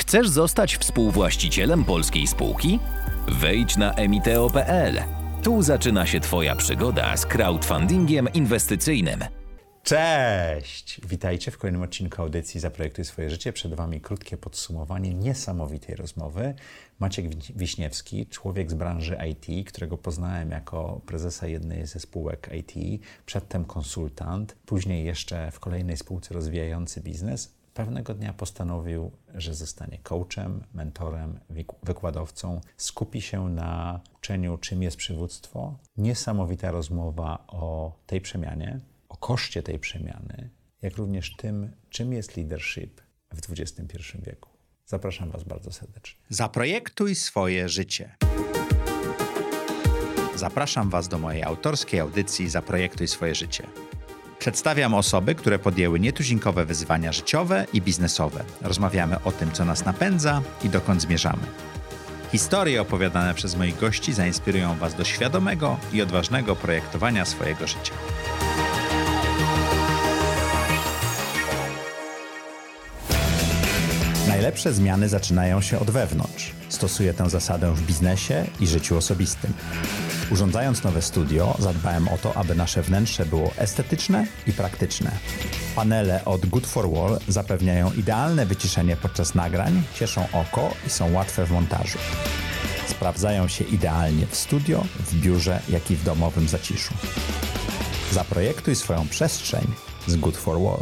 Chcesz zostać współwłaścicielem polskiej spółki? Wejdź na emiteo.pl. Tu zaczyna się Twoja przygoda z crowdfundingiem inwestycyjnym. Cześć! Witajcie w kolejnym odcinku audycji Zaprojektuj swoje życie. Przed Wami krótkie podsumowanie niesamowitej rozmowy. Maciek Wiśniewski, człowiek z branży IT, którego poznałem jako prezesa jednej ze spółek IT, przedtem konsultant, później jeszcze w kolejnej spółce rozwijający biznes. Pewnego dnia postanowił, że zostanie coachem, mentorem, wykładowcą. Skupi się na uczeniu, czym jest przywództwo. Niesamowita rozmowa o tej przemianie, o koszcie tej przemiany, jak również tym, czym jest leadership w XXI wieku. Zapraszam Was bardzo serdecznie. Zaprojektuj swoje życie. Zapraszam Was do mojej autorskiej audycji Zaprojektuj swoje życie. Przedstawiam osoby, które podjęły nietuzinkowe wyzwania życiowe i biznesowe. Rozmawiamy o tym, co nas napędza i dokąd zmierzamy. Historie opowiadane przez moich gości zainspirują Was do świadomego i odważnego projektowania swojego życia. Najlepsze zmiany zaczynają się od wewnątrz. Stosuję tę zasadę w biznesie i życiu osobistym. Urządzając nowe studio, zadbałem o to, aby nasze wnętrze było estetyczne i praktyczne. Panele od Good for Wall zapewniają idealne wyciszenie podczas nagrań, cieszą oko i są łatwe w montażu. Sprawdzają się idealnie w studio, w biurze, jak i w domowym zaciszu. Zaprojektuj swoją przestrzeń z Good for Wall.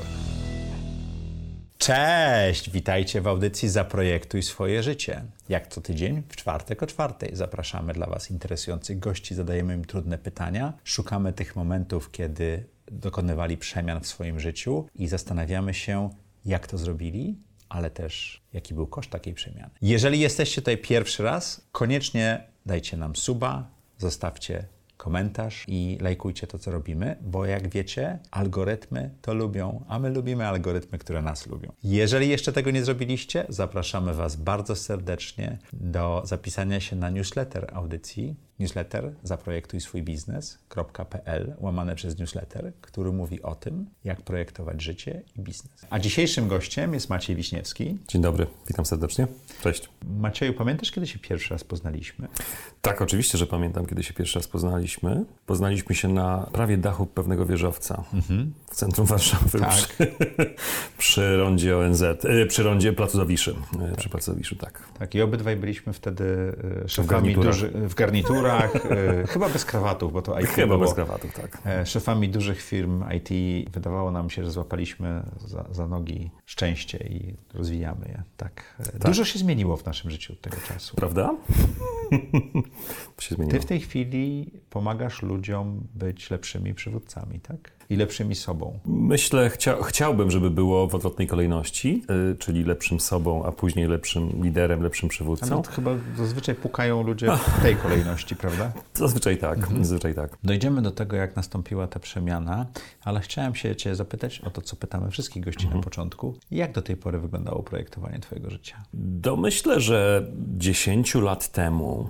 Cześć! Witajcie w audycji Zaprojektuj swoje życie. Jak co tydzień, w czwartek o 4:00 zapraszamy dla Was interesujących gości, zadajemy im trudne pytania, szukamy tych momentów, kiedy dokonywali przemian w swoim życiu i zastanawiamy się, jak to zrobili, ale też jaki był koszt takiej przemiany. Jeżeli jesteście tutaj pierwszy raz, koniecznie dajcie nam suba, zostawcie komentarz i lajkujcie to, co robimy, bo jak wiecie, algorytmy to lubią, a my lubimy algorytmy, które nas lubią. Jeżeli jeszcze tego nie zrobiliście, zapraszamy Was bardzo serdecznie do zapisania się na newsletter audycji, newsletter zaprojektujswójbiznes.pl/newsletter, który mówi o tym, jak projektować życie i biznes. A dzisiejszym gościem jest Maciej Wiśniewski. Dzień dobry, witam serdecznie. Cześć. Macieju, pamiętasz, kiedy się pierwszy raz poznaliśmy? Tak, oczywiście, że pamiętam, kiedy się pierwszy raz poznaliśmy. Poznaliśmy się na prawie dachu pewnego wieżowca w centrum Warszawy, Tak. przy rondzie ONZ, przy rondzie Placu Zawiszy. Przy Placu Zawiszy, tak. Tak, i obydwaj byliśmy wtedy szefami w garniturach, chyba bez krawatów, bo to IT Chyba było. bez krawatów, tak. Szefami dużych firm IT. Wydawało nam się, że złapaliśmy za nogi szczęście i rozwijamy je. Tak. Dużo się zmieniło w naszym życiu od tego czasu. Prawda? To się zmieniło. Ty w tej chwili pomagasz ludziom być lepszymi przywódcami, tak? I lepszymi sobą. Myślę, chciałbym, żeby było w odwrotnej kolejności, czyli lepszym sobą, a później lepszym liderem, lepszym przywódcą. No to chyba zazwyczaj pukają ludzie w tej kolejności, prawda? Zazwyczaj tak, zazwyczaj tak. Dojdziemy do tego, jak nastąpiła ta przemiana, ale chciałem się Cię zapytać o to, co pytamy wszystkich gości na początku. Jak do tej pory wyglądało projektowanie Twojego życia? Myślę, że 10 lat temu,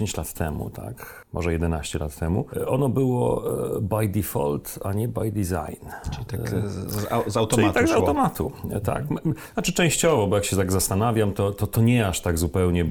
tak, może 11 lat temu, ono było by default, a nie by design. Czyli tak z automatu Czyli tak z szło. automatu, tak. Znaczy częściowo, bo jak się tak zastanawiam, to nie aż tak zupełnie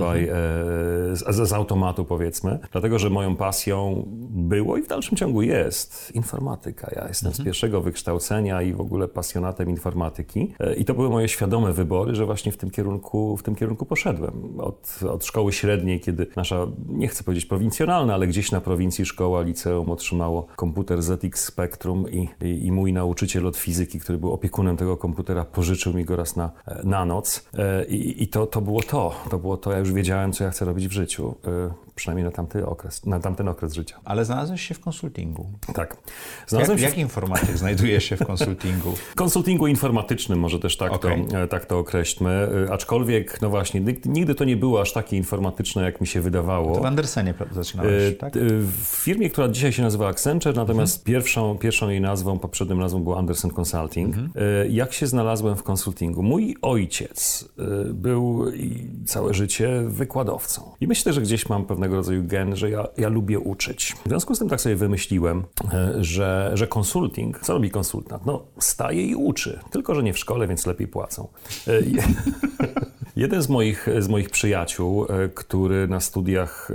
z automatu, powiedzmy. Dlatego, że moją pasją było i w dalszym ciągu jest informatyka. Ja jestem z pierwszego wykształcenia i w ogóle pasjonatem informatyki. I to były moje świadome wybory, że właśnie w tym kierunku poszedłem. Od szkoły średniej, kiedy nasza, nie chcę powiedzieć prowincjonalna, ale gdzieś na prowincji szkoła, liceum otrzymało komputer ZX Spectrum i mój nauczyciel od fizyki, który był opiekunem tego komputera, pożyczył mi go raz na noc. I to było to. Ja już wiedziałem, co ja chcę robić w życiu. Przynajmniej na tamten okres życia. Ale znalazłeś się w konsultingu. Tak. Jak informatyk znajduje się w konsultingu? Konsultingu informatycznym, może też tak to określmy. Aczkolwiek, no właśnie, nigdy to nie było aż takie informatyczne, jak mi się wydawało. To w Andersenie zaczynałeś, tak? W firmie, która dzisiaj się nazywa Accenture, natomiast pierwszą jej nazwą, poprzednim nazwą była Andersen Consulting. Jak się znalazłem w konsultingu? Mój ojciec był całe życie wykładowcą. I myślę, że gdzieś mam pewnego rodzaju gen, że ja lubię uczyć. W związku z tym tak sobie wymyśliłem, że konsulting, co robi konsultant? No, staje i uczy. Tylko że nie w szkole, więc lepiej płacą. Jeden z moich przyjaciół, który na studiach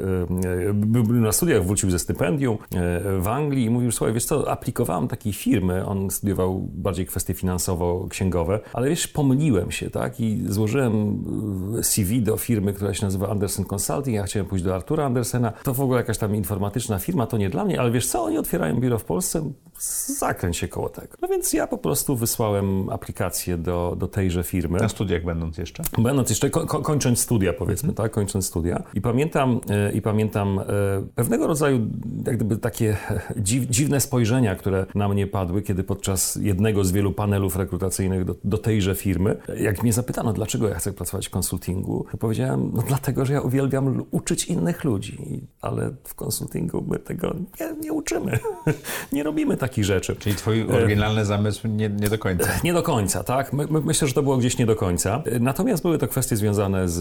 wrócił ze stypendium w Anglii i mówił, słuchaj, wiesz co, aplikowałem takiej firmy, on studiował bardziej kwestie finansowo-księgowe, ale wiesz, pomyliłem się, tak, i złożyłem CV do firmy, która się nazywa Andersen Consulting, ja chciałem pójść do Artura Andersena, to w ogóle jakaś tam informatyczna firma, to nie dla mnie, ale wiesz co, oni otwierają biuro w Polsce, zakręć się koło tego. No więc ja po prostu wysłałem aplikację do tejże firmy. Na studiach będąc jeszcze? Będąc jeszcze, kończąc studia, powiedzmy, tak, kończąc studia. I pamiętam pewnego rodzaju jak gdyby takie dziwne spojrzenia, które na mnie padły, kiedy podczas jednego z wielu panelów rekrutacyjnych do tejże firmy, jak mnie zapytano, dlaczego ja chcę pracować w konsultingu, to powiedziałem, no dlatego, że ja uwielbiam uczyć innych ludzi, ale w konsultingu my tego nie uczymy. Nie robimy takich rzeczy. Czyli twój oryginalny zamysł nie do końca. Nie do końca, tak. Myślę, że to było gdzieś nie do końca. Natomiast były to kwestie związane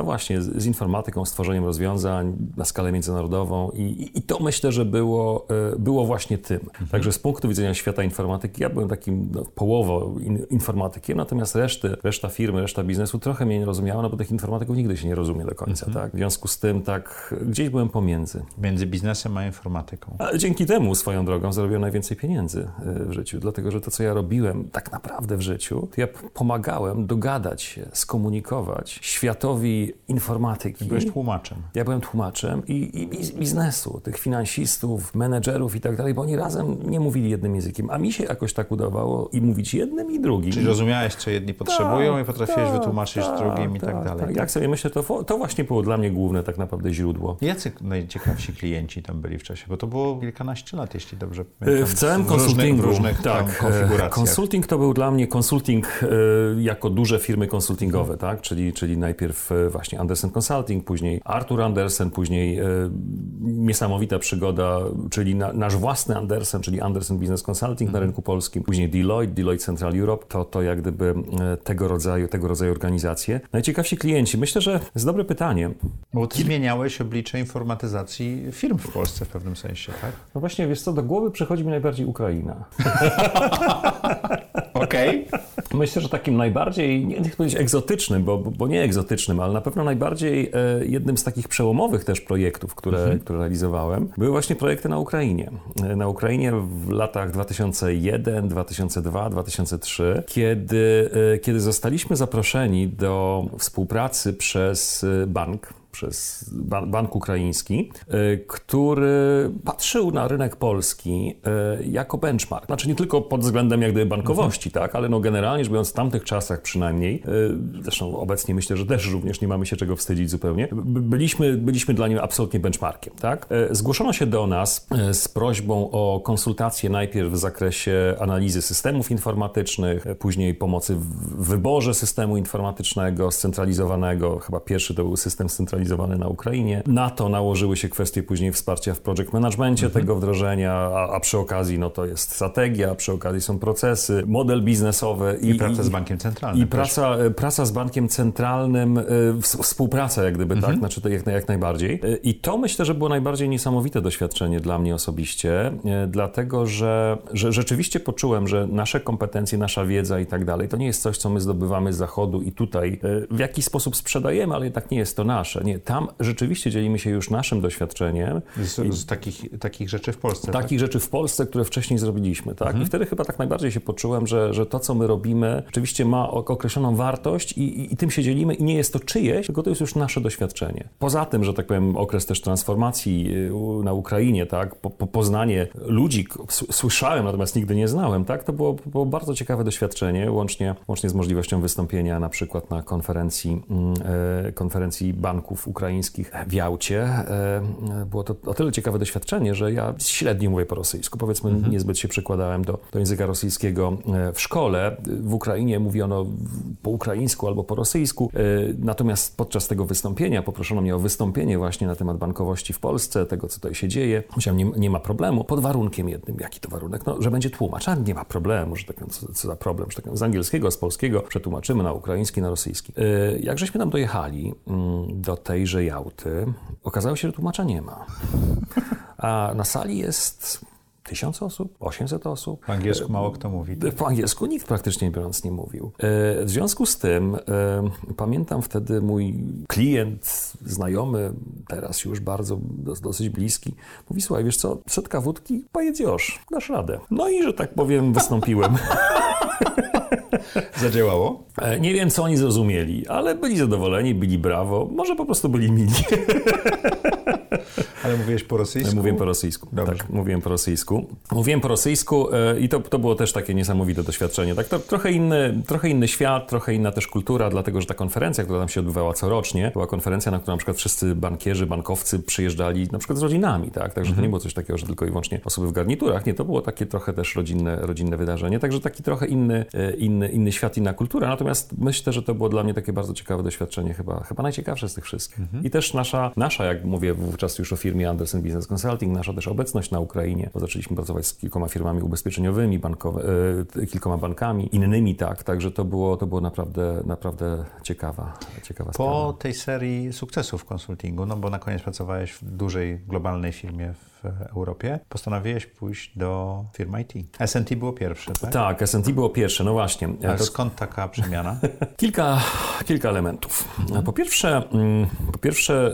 z informatyką, z tworzeniem rozwiązań na skalę międzynarodową i to myślę, że było właśnie tym. Także z punktu widzenia świata informatyki, ja byłem takim połowo informatykiem, natomiast reszta firmy, reszta biznesu trochę mnie nie rozumiała, no bo tych informatyków nigdy się nie rozumie do końca, tak. W związku z tym tak gdzieś byłem pomiędzy. Między biznesem a informatyką. Ale dzięki temu swoją drogą zarobiłem najwięcej pieniędzy w życiu, dlatego że to, co ja robiłem tak naprawdę w życiu, to ja pomagałem dogadać się, skomunikować światowi informatyki. Byłeś tłumaczem. Ja byłem tłumaczem i biznesu, tych finansistów, menedżerów i tak dalej, bo oni razem nie mówili jednym językiem, a mi się jakoś tak udawało i mówić jednym i drugim. Czyli rozumiałeś, co jedni potrzebują i potrafiłeś wytłumaczyć drugim i tak dalej. Tak. Jak sobie myślę, to właśnie było dla mnie główne tak naprawdę źródło. Jacy najciekawsi klienci tam byli w czasie? Bo to było kilkanaście lat, jeśli dobrze pamiętam. W całym konsultingu, w różnych konfiguracjach. Konsulting to był dla mnie konsulting jako duże firmy konsultingowe, tak? Czyli najpierw właśnie Andersen Consulting, później Arthur Andersen, później niesamowita przygoda, czyli nasz własny Andersen, czyli Andersen Business Consulting na rynku polskim, później Deloitte Central Europe, to jak gdyby tego rodzaju organizacje. Najciekawsi klienci, myślę, że jest dobre pytanie. Bo ty zmieniałeś oblicze informatyzacji firm w Polsce w pewnym sensie, tak? No właśnie, wiesz co, do głowy przychodzi mi najbardziej Ukraina. Okej. Myślę, że takim najbardziej, nie chcę powiedzieć egzotycznym, bo nie egzotycznym, ale na pewno najbardziej jednym z takich przełomowych też projektów, które realizowałem, były właśnie projekty na Ukrainie. Na Ukrainie w latach 2001, 2002, 2003, kiedy zostaliśmy zaproszeni do współpracy przez bank ukraiński, który patrzył na rynek polski jako benchmark. Znaczy nie tylko pod względem jak gdyby bankowości, tak, ale no generalnie rzecz biorąc w tamtych czasach przynajmniej, zresztą obecnie myślę, że też również nie mamy się czego wstydzić zupełnie, byliśmy dla nich absolutnie benchmarkiem, tak. Zgłoszono się do nas z prośbą o konsultacje najpierw w zakresie analizy systemów informatycznych, później pomocy w wyborze systemu informatycznego scentralizowanego, chyba pierwszy to był system scentralizowany na Ukrainie. Na to nałożyły się kwestie później wsparcia w project managemencie tego wdrożenia, a przy okazji no to jest strategia, przy okazji są procesy, model biznesowy i praca z bankiem centralnym. I praca z bankiem centralnym, współpraca jak gdyby, tak, znaczy to jak najbardziej. I to myślę, że było najbardziej niesamowite doświadczenie dla mnie osobiście, dlatego, że rzeczywiście poczułem, że nasze kompetencje, nasza wiedza i tak dalej, to nie jest coś, co my zdobywamy z zachodu i tutaj w jakiś sposób sprzedajemy, ale jednak nie jest to nasze. Nie, tam rzeczywiście dzielimy się już naszym doświadczeniem. Z takich rzeczy w Polsce. Takich rzeczy w Polsce, które wcześniej zrobiliśmy, tak? I wtedy chyba tak najbardziej się poczułem, że to, co my robimy, rzeczywiście ma określoną wartość i tym się dzielimy i nie jest to czyjeś, tylko to jest już nasze doświadczenie. Poza tym, że tak powiem, okres też transformacji na Ukrainie, tak? Poznanie ludzi, słyszałem, natomiast nigdy nie znałem, tak? To było bardzo ciekawe doświadczenie, łącznie z możliwością wystąpienia na przykład na konferencji banków ukraińskich w Jałcie. Było to o tyle ciekawe doświadczenie, że ja średnio mówię po rosyjsku. Powiedzmy, niezbyt się przekładałem do języka rosyjskiego w szkole. W Ukrainie mówiono po ukraińsku albo po rosyjsku. Natomiast podczas tego wystąpienia poproszono mnie o wystąpienie właśnie na temat bankowości w Polsce, tego, co tutaj się dzieje. Myślałem, nie ma problemu. Pod warunkiem jednym. Jaki to warunek? No, że będzie tłumacz. A nie ma problemu, że tak, co za problem. Że tak, z angielskiego, z polskiego przetłumaczymy na ukraiński, na rosyjski. Jak żeśmy tam dojechali do tejże Jałty, okazało się, że tłumacza nie ma. A na sali jest 1000 osób, 800 osób. Po angielsku mało kto mówi. Po angielsku nikt praktycznie biorąc nie mówił. W związku z tym pamiętam wtedy mój klient, znajomy, teraz już bardzo, dosyć bliski, mówi, słuchaj, wiesz co, trzetka wódki, pojedziesz, dasz radę. No i, że tak powiem, wystąpiłem. Zadziałało? Nie wiem, co oni zrozumieli, ale byli zadowoleni, byli brawo, może po prostu byli mili. Ale mówiłeś po rosyjsku? Mówiłem po rosyjsku. Dobrze. Tak, mówiłem po rosyjsku. Mówiłem po rosyjsku i to było też takie niesamowite doświadczenie. Tak, to trochę inny świat, trochę inna też kultura, dlatego że ta konferencja, która tam się odbywała corocznie, była konferencja, na którą na przykład wszyscy bankierzy, bankowcy przyjeżdżali na przykład z rodzinami, tak? Także to nie było coś takiego, że tylko i wyłącznie osoby w garniturach. Nie, to było takie trochę też rodzinne wydarzenie. Także taki trochę inny świat, inna kultura. Natomiast myślę, że to było dla mnie takie bardzo ciekawe doświadczenie, chyba najciekawsze z tych wszystkich. I też nasza, jak mówię wówczas już o firmie Andersen Business Consulting, nasza też obecność na Ukrainie, bo zaczęliśmy pracować z kilkoma firmami ubezpieczeniowymi, kilkoma bankami, innymi także to było naprawdę ciekawa sprawa. Po tej serii sukcesów w konsultingu, no bo na koniec pracowałeś w dużej, globalnej firmie w Europie, postanowiłeś pójść do firmy IT. S&T było pierwsze, tak? Tak, S&T było pierwsze, no właśnie. Ale skąd taka przemiana? Kilka elementów. Po pierwsze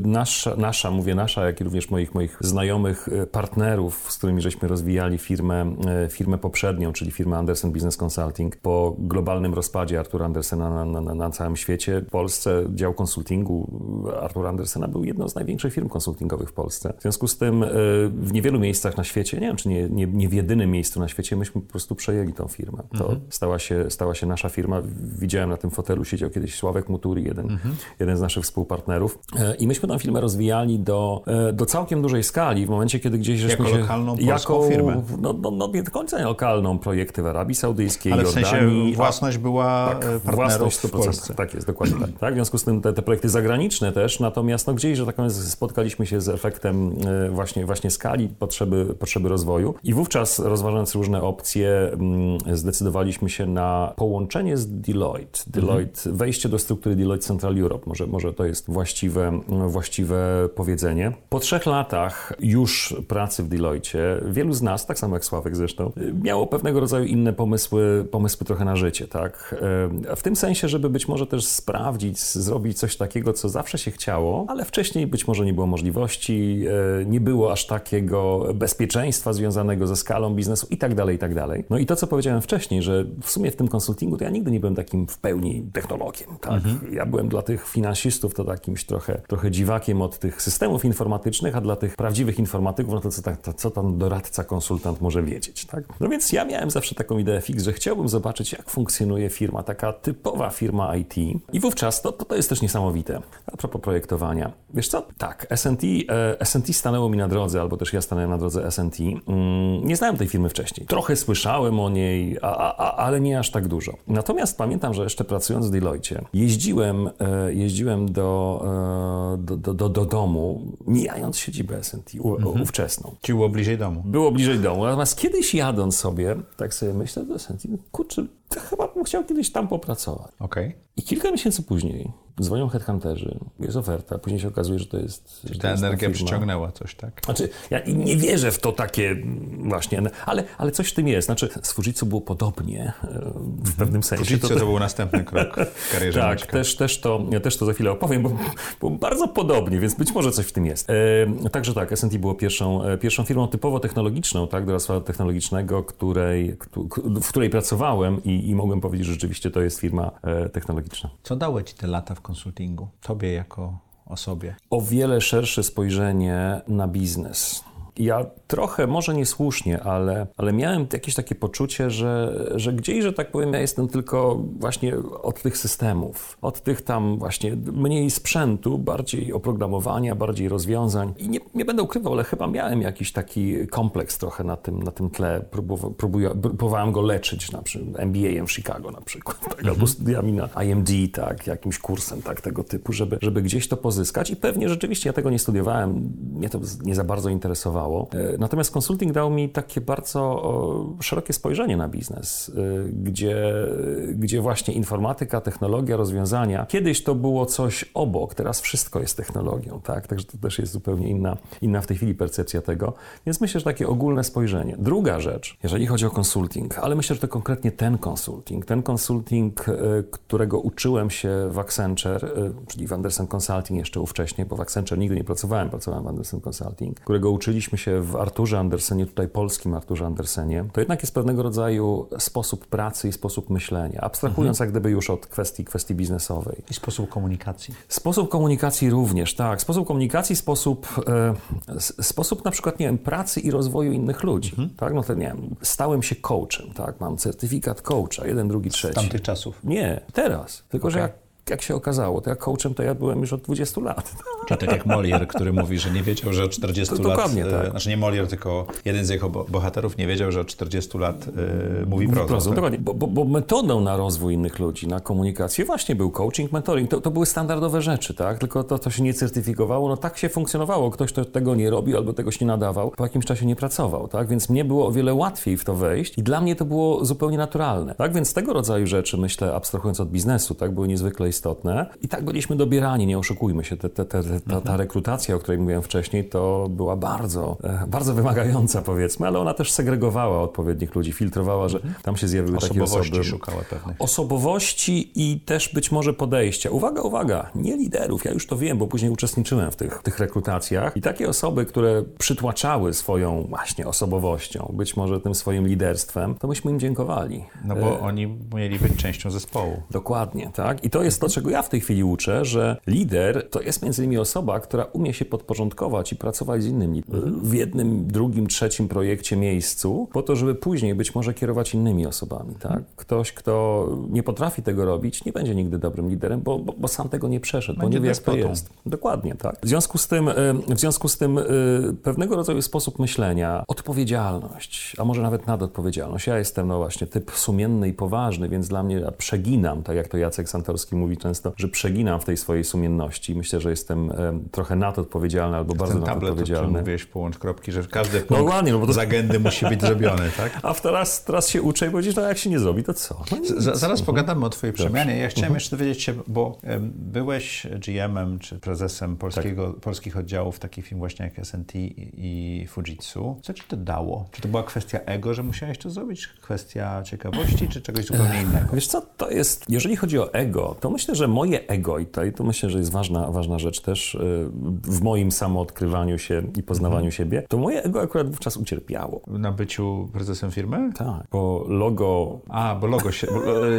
nasza, jak i również moich znajomych partnerów, z którymi żeśmy rozwijali firmę poprzednią, czyli firmę Andersen Business Consulting, po globalnym rozpadzie Artura Andersena na całym świecie, w Polsce dział konsultingu Artura Andersena był jedną z największych firm konsultingowych w Polsce. W związku z tym w niewielu miejscach na świecie, nie wiem, czy nie w jedynym miejscu na świecie, myśmy po prostu przejęli tą firmę. To stała się nasza firma. Widziałem, na tym fotelu siedział kiedyś Sławek Muturi, jeden z naszych współpartnerów. I myśmy tę firmę rozwijali do całkiem dużej skali, w momencie, kiedy gdzieś żeśmy jako lokalną polską firmę. No nie do końca lokalną, projekty w Arabii Saudyjskiej, ale Jordanii. W sensie własność była partnerów w Polsce. Tak jest, dokładnie tak. W związku z tym te projekty zagraniczne też, natomiast gdzieś, że tak powiem, spotkaliśmy się z efektem właśnie skali, potrzeby rozwoju i wówczas, rozważając różne opcje, zdecydowaliśmy się na połączenie z Deloitte. Wejście do struktury Deloitte Central Europe, może to jest właściwe powiedzenie. Po 3 latach już pracy w Deloitte, wielu z nas, tak samo jak Sławek zresztą, miało pewnego rodzaju inne pomysły trochę na życie, tak? W tym sensie, żeby być może też sprawdzić, zrobić coś takiego, co zawsze się chciało, ale wcześniej być może nie było możliwości, nie było aż takiego bezpieczeństwa związanego ze skalą biznesu i tak dalej, i tak dalej. No i to, co powiedziałem wcześniej, że w sumie w tym konsultingu to ja nigdy nie byłem takim w pełni technologiem, tak? Ja byłem dla tych finansistów to takimś trochę dziwakiem od tych systemów informatycznych, a dla tych prawdziwych informatyków, no to co tam doradca, konsultant może wiedzieć, tak? No więc ja miałem zawsze taką ideę fix, że chciałbym zobaczyć, jak funkcjonuje firma, taka typowa firma IT. I wówczas to jest też niesamowite. A propos projektowania. Wiesz co? Tak, S&T stanęło mi na drodze, albo też ja stanąłem na drodze S&T. Nie znałem tej firmy wcześniej. Trochę słyszałem o niej, ale nie aż tak dużo. Natomiast pamiętam, że jeszcze pracując w Deloitte, jeździłem do domu, mijając siedzibę S&T ówczesną. Ci było bliżej domu. Było bliżej domu. Natomiast kiedyś jadąc sobie, tak sobie myślę do S&T, kurczę, chyba bym chciał kiedyś tam popracować. Okay. I kilka miesięcy później dzwonią headhunterzy, jest oferta, później się okazuje, że to jest... Ta energia przyciągnęła coś, tak? Znaczy, ja nie wierzę w to takie właśnie, ale coś w tym jest. Znaczy, z Fujitsu było podobnie w pewnym sensie. Fujitsu to był następny krok w karierze. Tak, też to za chwilę opowiem, bo bardzo podobnie, więc być może coś w tym jest. Także tak, S&T było pierwszą firmą typowo technologiczną, tak, doradztwa technologicznego, w której pracowałem i mogłem powiedzieć, że rzeczywiście to jest firma technologiczna. Co dały ci te lata w konsultingu? Tobie jako osobie? O wiele szersze spojrzenie na biznes. Ja trochę, może niesłusznie, ale miałem jakieś takie poczucie, że gdzieś, że tak powiem, ja jestem tylko właśnie od tych systemów, od tych tam właśnie mniej sprzętu, bardziej oprogramowania, bardziej rozwiązań. I nie będę ukrywał, ale chyba miałem jakiś taki kompleks trochę na tym tle. Próbowałem go leczyć, na przykład MBA-em w Chicago na przykład, tak, albo studiami na IMD, tak, jakimś kursem tak, tego typu, żeby gdzieś to pozyskać. I pewnie rzeczywiście ja tego nie studiowałem, mnie to nie za bardzo interesowało. pasowało. Natomiast konsulting dał mi takie bardzo szerokie spojrzenie na biznes, gdzie właśnie informatyka, technologia, rozwiązania. Kiedyś to było coś obok, teraz wszystko jest technologią, tak? Także to też jest zupełnie inna w tej chwili percepcja tego. Więc myślę, że takie ogólne spojrzenie. Druga rzecz, jeżeli chodzi o konsulting, ale myślę, że to konkretnie ten konsulting, którego uczyłem się w Accenture, czyli w Andersen Consulting jeszcze ówcześnie, bo w Accenture nigdy nie pracowałem w Andersen Consulting, którego uczyliśmy się w Arturze Andersenie, tutaj polskim Arturze Andersenie, to jednak jest pewnego rodzaju sposób pracy i sposób myślenia, abstrahując jak gdyby już od kwestii biznesowej. I sposób komunikacji. Sposób komunikacji również, tak. Sposób komunikacji, sposób na przykład, nie wiem, pracy i rozwoju innych ludzi, tak? No to nie wiem, stałem się coachem, tak? Mam certyfikat coacha, 1, 2, 3. Z tamtych czasów. Nie, teraz. Tylko, że jak się okazało, to jak coachem to ja byłem już od 20 lat. Czyli tak jak Molière, który mówi, że nie wiedział, że od 40 lat... Dokładnie tak. Znaczy nie Molière, tylko jeden z jego bohaterów nie wiedział, że od 40 lat mówi prozą. Tak? Dokładnie, bo metodą na rozwój innych ludzi, na komunikację właśnie był coaching, mentoring. To były standardowe rzeczy, tak? Tylko to się nie certyfikowało. No tak się funkcjonowało. Ktoś, kto tego nie robił albo tego się nie nadawał, po jakimś czasie nie pracował, tak? Więc mnie było o wiele łatwiej w to wejść i dla mnie to było zupełnie naturalne, tak? Więc tego rodzaju rzeczy, myślę, abstrahując od biznesu, tak? Były niezwykle istotne. I tak byliśmy dobierani, nie oszukujmy się. Ta rekrutacja, o której mówiłem wcześniej, to była bardzo, bardzo wymagająca, powiedzmy, ale ona też segregowała odpowiednich ludzi, filtrowała, że tam się zjawiły takie osoby. Osobowości szukała pewnych. Osobowości i też być może podejścia. Uwaga, nie liderów, ja już to wiem, bo później uczestniczyłem w tych rekrutacjach i takie osoby, które przytłaczały swoją właśnie osobowością, być może tym swoim liderstwem, to myśmy im dziękowali. No bo oni mieli być częścią zespołu. Dokładnie, tak? I to jest to, czego ja w tej chwili uczę, że lider to jest między innymi osoba, która umie się podporządkować i pracować z innymi w jednym, drugim, trzecim projekcie, miejscu, po to, żeby później być może kierować innymi osobami, tak? Ktoś, kto nie potrafi tego robić, nie będzie nigdy dobrym liderem, bo sam tego nie przeszedł, bo nie wie, jak to jest. Dokładnie, tak. W związku z tym pewnego rodzaju sposób myślenia, odpowiedzialność, a może nawet nadodpowiedzialność. Ja jestem, no właśnie, typ sumienny i poważny, więc dla mnie przeginam, tak jak to Jacek Santorski mówi często, że przeginam w tej swojej sumienności. Myślę, że jestem trochę nadodpowiedzialny albo bardzo nadodpowiedzialny. Ten mówiłeś, połącz kropki, że każdy punkt z agendy musi być zrobiony, tak? A teraz się uczę i powiedzieć, no jak się nie zrobi, to co? No zaraz pogadamy o twojej przemianie. Ja chciałem jeszcze dowiedzieć się, bo byłeś GM-em czy prezesem polskich oddziałów takich firm właśnie jak S&T i Fujitsu. Co ci to dało? Czy to była kwestia ego, że musiałeś to zrobić? Kwestia ciekawości, czy czegoś zupełnie innego? Wiesz co, to jest, jeżeli chodzi o ego, to myślę, że moje ego i to myślę, że jest ważna rzecz też w moim samoodkrywaniu się i poznawaniu siebie, to moje ego akurat wówczas ucierpiało. Na byciu prezesem firmy? Tak, bo logo... Bo logo się...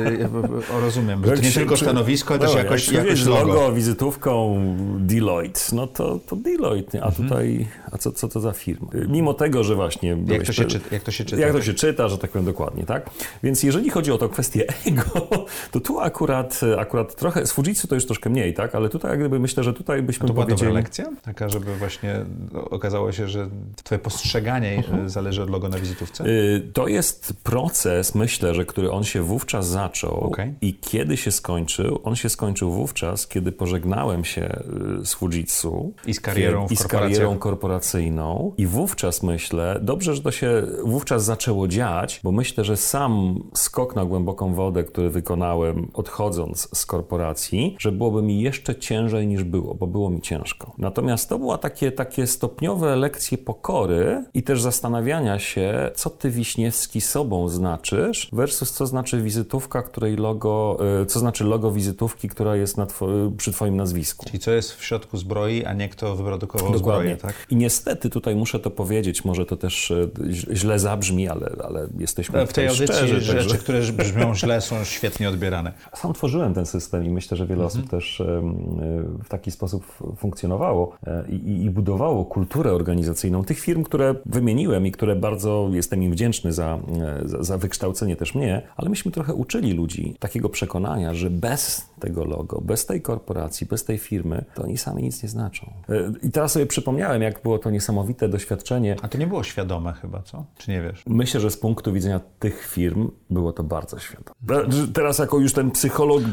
rozumiem, że to nie tylko stanowisko, też jakoś logo wizytówką Deloitte, no to Deloitte, a tutaj, co to za firma? Mimo tego, że właśnie... Jak to się czyta? Jak to się czyta, że tak powiem dokładnie, tak? Więc jeżeli chodzi o to kwestię ego, to tu akurat trochę, z Fujitsu to już troszkę mniej, tak? Ale tutaj jak gdyby myślę, że tutaj byśmy to była powiedzieli... dobra lekcja? Taka, żeby właśnie okazało się, że twoje postrzeganie zależy od logo na wizytówce? To jest proces, myślę, że który on się wówczas zaczął i kiedy się skończył? On się skończył wówczas, kiedy pożegnałem się z Fujitsu i z karierą korporacyjną i wówczas myślę, dobrze, że to się wówczas zaczęło dziać, bo myślę, że sam skok na głęboką wodę, który wykonałem odchodząc z korporacji, że byłoby mi jeszcze ciężej niż było, bo było mi ciężko. Natomiast to była takie stopniowe lekcje pokory i też zastanawiania się, co ty, Wiśniewski, sobą znaczysz versus co znaczy wizytówka, której logo, co znaczy logo wizytówki, która jest przy twoim nazwisku. Czyli co jest w środku zbroi, a nie kto wyprodukował zbroję, tak? I niestety tutaj muszę to powiedzieć, może to też źle zabrzmi, ale jesteśmy w tej audycji szczerzy, rzeczy, które brzmią źle, są świetnie odbierane. Sam tworzyłem ten system i myślę, że wiele osób też w taki sposób funkcjonowało i budowało kulturę organizacyjną tych firm, które wymieniłem i które bardzo jestem im wdzięczny za wykształcenie też mnie, ale myśmy trochę uczyli ludzi takiego przekonania, że bez tego logo, bez tej korporacji, bez tej firmy, to oni sami nic nie znaczą. I teraz sobie przypomniałem, jak było to niesamowite doświadczenie. A to nie było świadome chyba, co? Czy nie wiesz? Myślę, że z punktu widzenia tych firm było to bardzo świadome. Teraz jako już ten psycholog biznesu...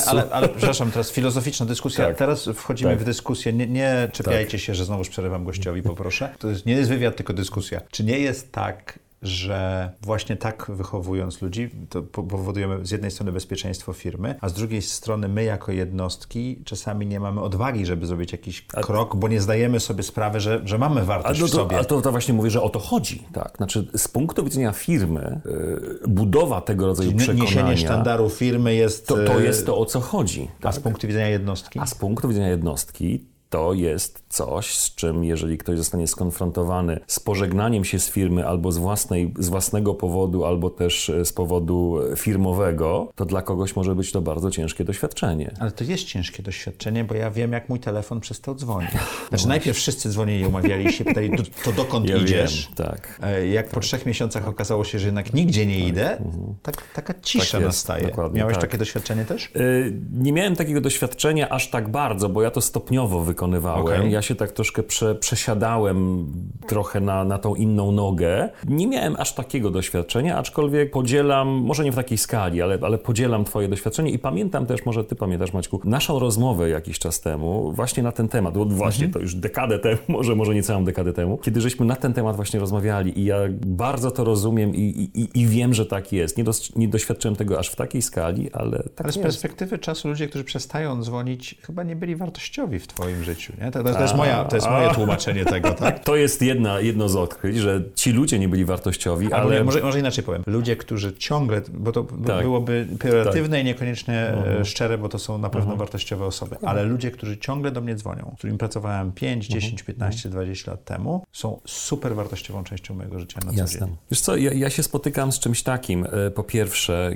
Ale przepraszam, teraz filozoficzna dyskusja. Tak. Teraz wchodzimy w dyskusję. Nie czepiajcie się, że znowuż przerywam gościowi, poproszę. Nie jest wywiad, tylko dyskusja. Czy nie jest tak, że właśnie tak wychowując ludzi, to powodujemy z jednej strony bezpieczeństwo firmy, a z drugiej strony my jako jednostki czasami nie mamy odwagi, żeby zrobić jakiś krok, bo nie zdajemy sobie sprawy, że mamy wartość w sobie. A to właśnie mówię, że o to chodzi. Tak? Znaczy, z punktu widzenia firmy, budowa tego rodzaju przekonania... Niesienie sztandaru firmy jest... To jest to, o co chodzi. Tak? A z punktu widzenia jednostki? A z punktu widzenia jednostki to jest coś, z czym jeżeli ktoś zostanie skonfrontowany z pożegnaniem się z firmy albo z własnego powodu, albo też z powodu firmowego, to dla kogoś może być to bardzo ciężkie doświadczenie. Ale to jest ciężkie doświadczenie, bo ja wiem, jak mój telefon przestał dzwonić. Znaczy najpierw wszyscy dzwonili i umawiali się, pytali, to dokąd idziesz? Wiem, tak. Jak po 3 miesiącach okazało się, że jednak nigdzie nie idę, taka cisza nastaje. Miałeś takie doświadczenie też? Nie miałem takiego doświadczenia aż tak bardzo, bo ja to stopniowo wykonywałem. Ja się tak troszkę przesiadałem trochę na tą inną nogę. Nie miałem aż takiego doświadczenia, aczkolwiek podzielam, może nie w takiej skali, ale podzielam twoje doświadczenie i pamiętam też, może ty pamiętasz, Maćku, naszą rozmowę jakiś czas temu właśnie na ten temat, bo właśnie to już dekadę temu, może nie całą dekadę temu, kiedy żeśmy na ten temat właśnie rozmawiali i ja bardzo to rozumiem i wiem, że tak jest. Nie doświadczyłem tego aż w takiej skali, ale tak ale z jest. perspektywy czasu ludzie, którzy przestają dzwonić, chyba nie byli wartościowi w twoim życiu. Nie? To jest moje tłumaczenie tego, tak? To jest jedno z odkryć, że ci ludzie nie byli wartościowi, ale... Może inaczej powiem. Ludzie, którzy ciągle, bo to byłoby pejoratywne i niekoniecznie szczere, bo to są na pewno wartościowe osoby, ale ludzie, którzy ciągle do mnie dzwonią, z którymi pracowałem 5, 10, 15, 20 lat temu, są super wartościową częścią mojego życia na co dzień. Wiesz co, ja się spotykam z czymś takim. Po pierwsze,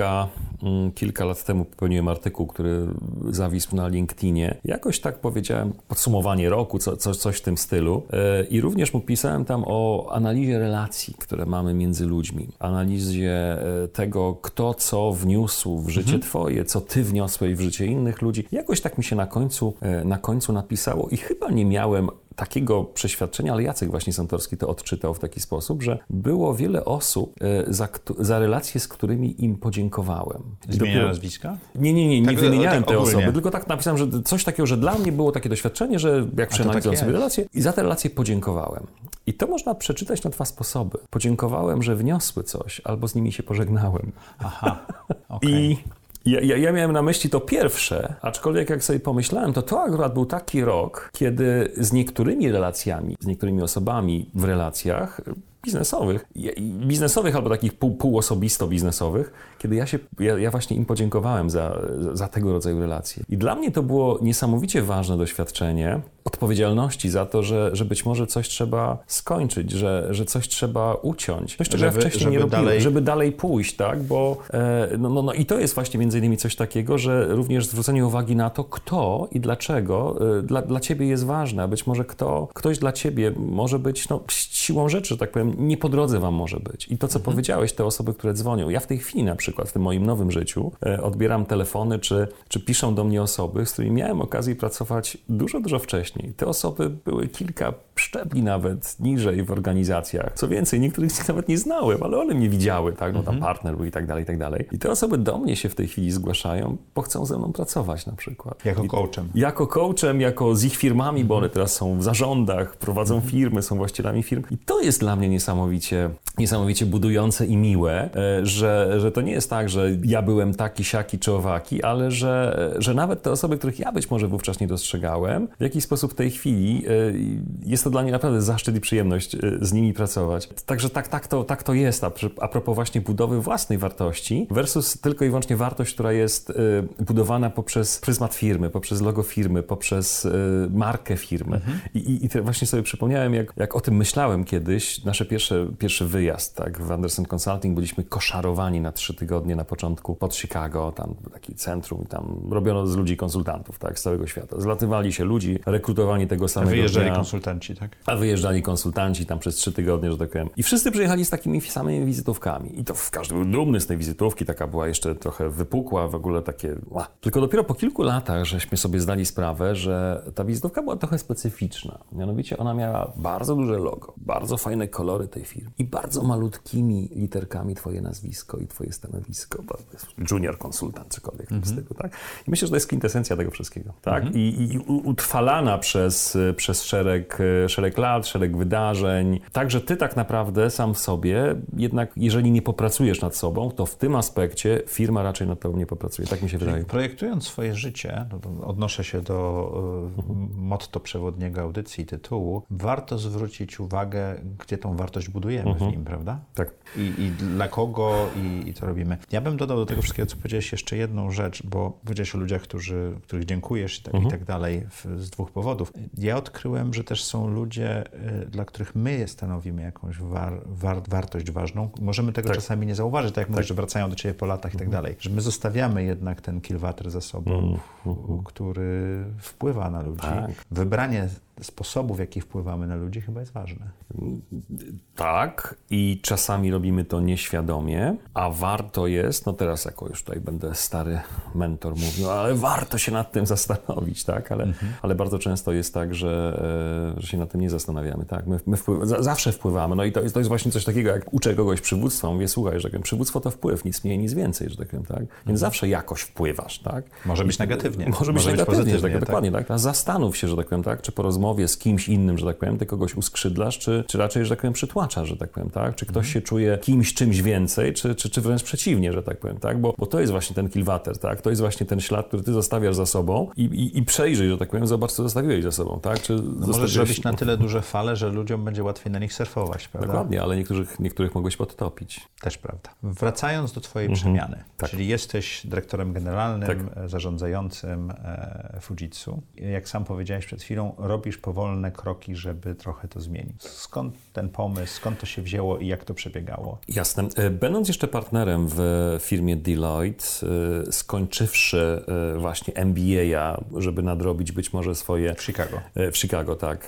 kilka lat temu popełniłem artykuł, który zawisł na LinkedInie. Jakoś tak powiedziałem, podsumowanie roku, coś w tym stylu. I również pisałem tam o analizie relacji, które mamy między ludźmi. Analizie tego, kto co wniósł w życie twoje, co ty wniosłeś w życie innych ludzi. Jakoś tak mi się na końcu napisało i chyba nie miałem takiego przeświadczenia, ale Jacek właśnie Santorski to odczytał w taki sposób, że było wiele osób za relacje, z którymi im podziękowałem. Zmieniają nazwiska? Nie wymieniałem te ogólnie. osoby, tylko tak napisałem, że coś takiego, że dla mnie było takie doświadczenie, że jak przeanalizowałem sobie relacje i za te relacje podziękowałem. I to można przeczytać na 2 sposoby. Podziękowałem, że wniosły coś, albo z nimi się pożegnałem. Aha, okej. I ja miałem na myśli to pierwsze, aczkolwiek jak sobie pomyślałem, to akurat był taki rok, kiedy z niektórymi relacjami, z niektórymi osobami w relacjach biznesowych albo takich półosobisto-biznesowych, kiedy ja właśnie im podziękowałem za tego rodzaju relacje. I dla mnie to było niesamowicie ważne doświadczenie odpowiedzialności za to, że być może coś trzeba skończyć, że coś trzeba uciąć. Coś, czego ja wcześniej nie robiłem, żeby dalej pójść, tak? Bo i to jest właśnie między innymi coś takiego, że również zwrócenie uwagi na to, kto i dlaczego dla ciebie jest ważne, a być może ktoś dla ciebie może być siłą rzeczy, że tak powiem, nie po drodze wam może być. I to, co powiedziałeś, te osoby, które dzwonią. Ja w tej chwili na przykład, w tym moim nowym życiu, odbieram telefony, czy piszą do mnie osoby, z którymi miałem okazję pracować dużo wcześniej. Te osoby były kilka szczebli nawet niżej w organizacjach. Co więcej, niektórych z nich nawet nie znałem, ale one mnie widziały, tak? Tam partner był i tak dalej, i tak dalej. I te osoby do mnie się w tej chwili zgłaszają, bo chcą ze mną pracować na przykład. Jako coachem. Jako coachem, jako z ich firmami, bo one teraz są w zarządach, prowadzą firmy, są właścicielami firm. I to jest dla mnie niesamowicie budujące i miłe, że to nie jest tak, że ja byłem taki, siaki czy owaki, ale że nawet te osoby, których ja być może wówczas nie dostrzegałem, w jakiś sposób w tej chwili jest to dla mnie naprawdę zaszczyt i przyjemność z nimi pracować. Także tak to jest, a propos właśnie budowy własnej wartości versus tylko i wyłącznie wartość, która jest budowana poprzez pryzmat firmy, poprzez logo firmy, poprzez markę firmy. I właśnie sobie przypomniałem, jak o tym myślałem kiedyś, nasze pierwszy wyjazd, tak, w Andersen Consulting byliśmy koszarowani na 3 tygodnie na początku pod Chicago, tam taki centrum i tam robiono z ludzi konsultantów, tak, z całego świata. Zlatywali się ludzi, rekrutowani tego samego dnia. Wyjeżdżali konsultanci konsultanci, tak? A wyjeżdżali konsultanci tam przez 3 tygodnie, że tak powiem. I wszyscy przyjechali z takimi samymi wizytówkami. I to każdy był dumny z tej wizytówki, taka była jeszcze trochę wypukła, w ogóle takie... Tylko dopiero po kilku latach żeśmy sobie zdali sprawę, że ta wizytówka była trochę specyficzna. Mianowicie ona miała bardzo duże logo, bardzo fajne kolory tej firmy i bardzo malutkimi literkami twoje nazwisko i twoje stanowisko. Junior konsultant, cokolwiek w tym stylu, tak? I myślę, że to jest kwintesencja tego wszystkiego, tak? I utrwalana przez szereg lat, szereg wydarzeń. Także ty tak naprawdę sam w sobie, jednak jeżeli nie popracujesz nad sobą, to w tym aspekcie firma raczej nad tobą nie popracuje. Tak mi się wydaje. Projektując swoje życie, to odnoszę się do motto przewodniego audycji i tytułu, warto zwrócić uwagę, gdzie tą wartość budujemy w nim, prawda? Tak. I dla kogo i co robimy. Ja bym dodał do tego wszystkiego, co powiedziałeś, jeszcze jedną rzecz, bo powiedziałeś o ludziach, których dziękujesz i tak dalej z 2 powodów. Ja odkryłem, że też są ludzie, dla których my stanowimy jakąś wartość ważną. Możemy tego czasami nie zauważyć, tak jak mówisz, że wracają do ciebie po latach i tak dalej. Że my zostawiamy jednak ten kilwater za sobą, który wpływa na ludzi. Tak. Wybranie sposobów, w jaki wpływamy na ludzi, chyba jest ważne. Tak, i czasami robimy to nieświadomie, a warto jest, no teraz jako już tutaj będę stary mentor mówił, ale warto się nad tym zastanowić, tak? Ale bardzo często jest tak, że się nad tym nie zastanawiamy, tak? My zawsze wpływamy, no i to jest właśnie coś takiego, jak uczę kogoś przywództwa, mówię, słuchaj, że tak powiem, przywództwo to wpływ, nic mniej, nic więcej, że tak powiem, tak? Więc zawsze jakoś wpływasz, tak? Może być negatywnie. Może być negatywnie, pozytywnie, tak, dokładnie, tak? A zastanów się, że tak powiem, tak? Czy po rozmowie z kimś innym, że tak powiem, ty kogoś uskrzydlasz, czy raczej, że tak powiem, przytłaczasz, że tak powiem, tak? Czy ktoś się czuje kimś, czymś więcej, czy wręcz przeciwnie, że tak powiem, tak? Bo to jest właśnie ten kilwater, tak? To jest właśnie ten ślad, który ty zostawiasz za sobą i przejrzyj, że tak powiem, zobacz, co zostawiłeś za sobą, tak? Czy możesz zrobić na tyle duże fale, że ludziom będzie łatwiej na nich surfować, prawda? Dokładnie, ale niektórych mogłeś podtopić. Też prawda. Wracając do twojej przemiany, czyli jesteś dyrektorem generalnym, zarządzającym Fujitsu. Jak sam powiedziałeś przed chwilą, robisz powolne kroki, żeby trochę to zmienić. Skąd ten pomysł, skąd to się wzięło i jak to przebiegało? Jasne. Będąc jeszcze partnerem w firmie Deloitte, skończywszy właśnie MBA, żeby nadrobić być może swoje... W Chicago. W Chicago, tak.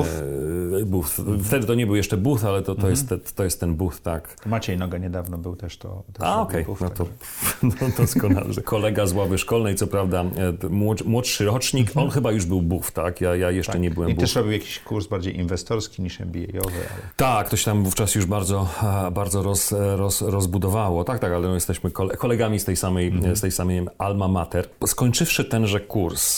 Booth. Wtedy to nie był jeszcze Booth, ale to jest ten Booth, tak. Maciej Noga niedawno był też to. Okej. No to doskonale. Kolega z ławy szkolnej, co prawda młodszy rocznik, on chyba już był Booth, tak? Ja jeszcze nie byłem I Booth. też robił jakiś kurs bardziej inwestorski niż MBA-owy. Ale... Tak, to się tam wówczas już bardzo rozbudowało. Tak, ale jesteśmy kolegami z tej samej alma mater. Skończywszy tenże kurs,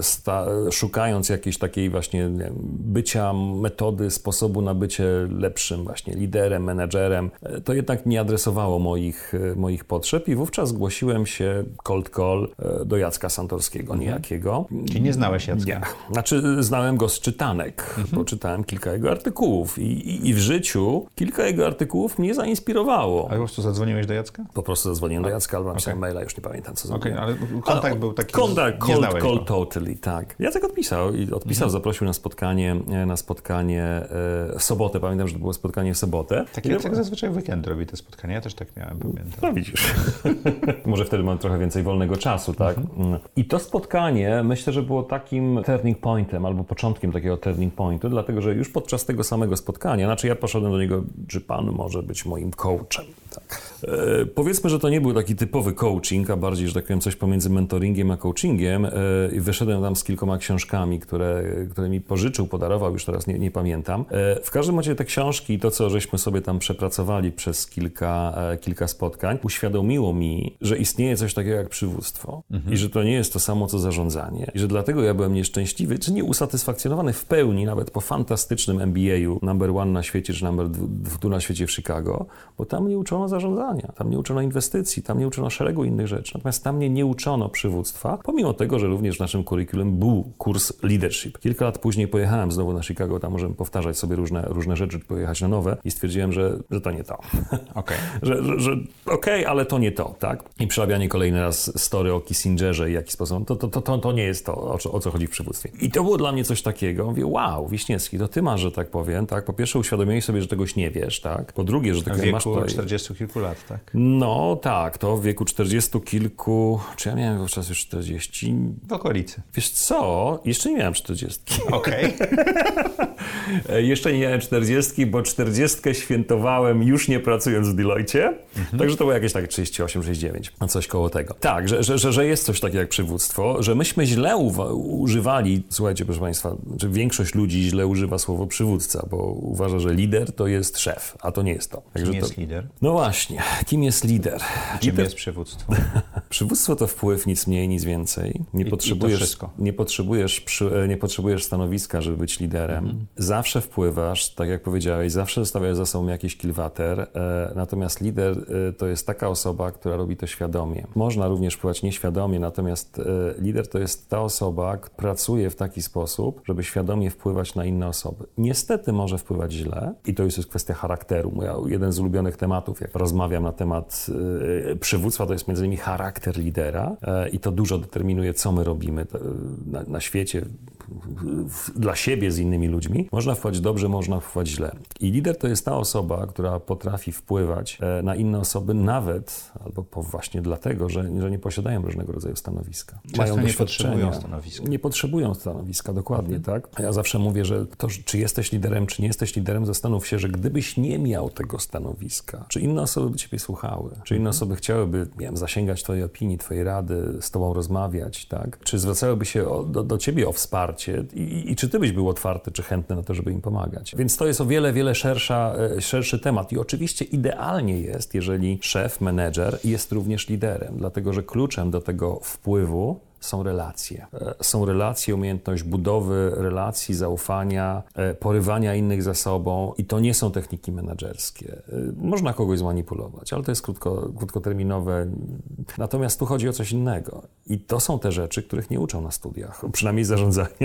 szukając jakiejś takiej właśnie bycia metody, sposobu na bycie lepszym właśnie liderem, menedżerem, to jednak nie adresowało moich potrzeb i wówczas zgłosiłem się cold call do Jacka Santorskiego niejakiego. Czyli nie znałeś Jacka? Nie. Znaczy znałem go z czytanek, bo czytałem kilka jego artykułów i w życiu kilka jego artykułów mnie zainspirowało. A po prostu zadzwoniłeś do Jacka? Po prostu zadzwoniłem do Jacka, albo napisałem maila, już nie pamiętam co zrobiłem. Ale kontakt był taki, nie znałeś go. Totally, tak. Jacek odpisał, zaprosił na spotkanie w sobotę, pamiętam, że to było spotkanie w sobotę. Tak zazwyczaj w weekend robi te spotkania, ja też tak miałem, pamiętam. No widzisz. Może wtedy mam trochę więcej wolnego czasu, tak? I to spotkanie myślę, że było takim turning pointem, albo początkiem takiego turning pointu, dlatego, że już podczas tego samego spotkania, znaczy ja poszedłem do niego, czy pan może być moim coachem, tak. Powiedzmy, że to nie był taki typowy coaching, a bardziej, że tak powiem, coś pomiędzy mentoringiem a coachingiem i wyszedłem tam z kilkoma książkami, które mi podarował, już teraz nie pamiętam. W każdym razie te książki i to, co żeśmy sobie tam przepracowali przez kilka spotkań, uświadomiło mi, że istnieje coś takiego jak przywództwo i że to nie jest to samo, co zarządzanie. I że dlatego ja byłem nieszczęśliwy, czy nie usatysfakcjonowany w pełni, nawet po fantastycznym MBA-u number one na świecie, czy number 2 na świecie w Chicago, bo tam nie uczono zarządzania, tam nie uczono inwestycji, tam nie uczono szeregu innych rzeczy. Natomiast tam mnie nie uczono przywództwa, pomimo tego, że również w naszym kurikulum był kurs leadership. Kilka lat później pojechałem znowu na Chicago, tam możemy powtarzać sobie różne rzeczy, pojechać na nowe i stwierdziłem, że to nie to. Okay. że ale to nie to, tak? I przerabianie kolejny raz story o Kissingerze i jaki sposób, to nie jest to, o co chodzi w przywództwie. I to było dla mnie coś takiego. Mówię, wow, Wiśniewski, to ty masz, że tak powiem, tak? Po pierwsze uświadomiłeś sobie, że czegoś nie wiesz, tak? Po drugie, że tak powiem, masz tutaj... 40 40 kilku lat, tak? No tak, to w wieku 40 kilku, czy ja miałem wówczas już 40? W okolicy. Wiesz co, jeszcze nie miałem 40. Okej. Jeszcze nie miałem 40, bo 40 świętowałem już nie pracując w Deloitte, także to było jakieś tak 38, 69, coś koło tego. Tak, że jest coś takiego jak przywództwo, że myśmy źle używali, słuchajcie proszę Państwa, że większość ludzi źle używa słowo przywódca, bo uważa, że lider to jest szef, a to nie jest to. Kim jest lider? No właśnie, kim jest lider? Czym jest przywództwo? Przywództwo to wpływ, nic mniej, nic więcej. Nie potrzebujesz stanowiska, żeby być liderem. Zawsze wpływasz, tak jak powiedziałeś, zawsze zostawiasz za sobą jakiś kilwater, natomiast lider to jest taka osoba, która robi to świadomie. Można również wpływać nieświadomie, natomiast lider to jest ta osoba, która pracuje w taki sposób, żeby świadomie wpływać na inne osoby. Niestety może wpływać źle i to jest kwestia charakteru. Jeden z ulubionych tematów, jak rozmawiam na temat przywództwa, to jest między innymi charakter lidera i to dużo determinuje, co my robimy na świecie, dla siebie z innymi ludźmi. Można wpływać dobrze, można wpływać źle. I lider to jest ta osoba, która potrafi wpływać na inne osoby nawet, albo właśnie dlatego, że nie posiadają różnego rodzaju stanowiska. Często nie potrzebują stanowiska. Nie potrzebują stanowiska, dokładnie, tak. A ja zawsze mówię, że to, czy jesteś liderem, czy nie jesteś liderem, zastanów się, że gdybyś nie miał tego stanowiska, czy inne osoby by ciebie słuchały, czy inne osoby chciałyby, zasięgać twojej opinii, twojej rady, z tobą rozmawiać, tak? Czy zwracałyby się do ciebie o wsparcie i czy ty byś był otwarty, czy chętny na to, żeby im pomagać. Więc to jest o wiele, wiele szerszy temat i oczywiście idealnie jest, jeżeli szef, menedżer jest również liderem, dlatego że kluczem do tego wpływu są relacje. Są relacje, umiejętność budowy relacji, zaufania, porywania innych za sobą i to nie są techniki menedżerskie. Można kogoś zmanipulować, ale to jest krótkoterminowe. Natomiast tu chodzi o coś innego. I to są te rzeczy, których nie uczą na studiach, przynajmniej zarządzania.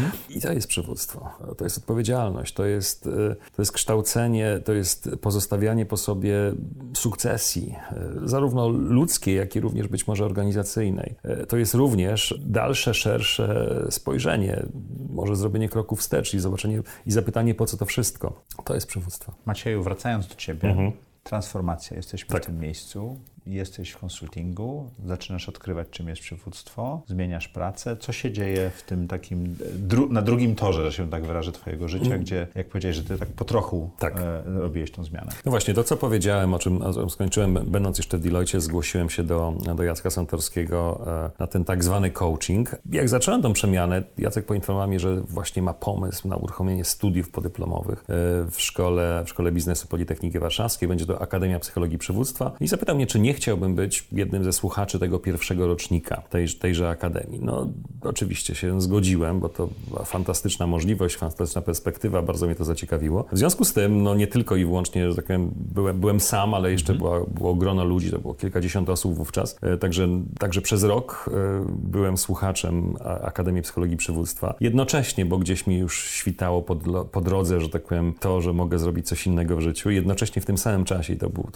I to jest przywództwo. To jest odpowiedzialność, to jest kształcenie, to jest pozostawianie po sobie sukcesji, zarówno ludzkiej, jak i również być może organizacyjnej. To jest również dalsze, szersze spojrzenie, może zrobienie kroku wstecz i zobaczenie i zapytanie, po co to wszystko. To jest przywództwo. Macieju, wracając do ciebie, transformacja. Jesteśmy w tym miejscu, jesteś w konsultingu, zaczynasz odkrywać, czym jest przywództwo, zmieniasz pracę. Co się dzieje w tym takim, na drugim torze, że się tak wyrażę, twojego życia, gdzie, jak powiedziałeś, że ty tak po trochu robiłeś tą zmianę? No właśnie, to co powiedziałem, o czym skończyłem, będąc jeszcze w Deloitte, zgłosiłem się do Jacka Santorskiego na ten tak zwany coaching. Jak zacząłem tą przemianę, Jacek poinformował mnie, że właśnie ma pomysł na uruchomienie studiów podyplomowych w Szkole Biznesu Politechniki Warszawskiej. Będzie to Akademia Psychologii Przywództwa. I zapytał mnie, czy nie chciałbym być jednym ze słuchaczy tego pierwszego rocznika tejże akademii. No oczywiście się zgodziłem, bo to była fantastyczna możliwość, fantastyczna perspektywa, bardzo mnie to zaciekawiło. W związku z tym, no nie tylko i wyłącznie, że tak powiem, byłem sam, ale jeszcze było grono ludzi, to było kilkadziesiąt osób wówczas, także przez rok byłem słuchaczem Akademii Psychologii Przywództwa. Jednocześnie, bo gdzieś mi już świtało po drodze, że tak powiem, to, że mogę zrobić coś innego w życiu. Jednocześnie w tym samym czasie, i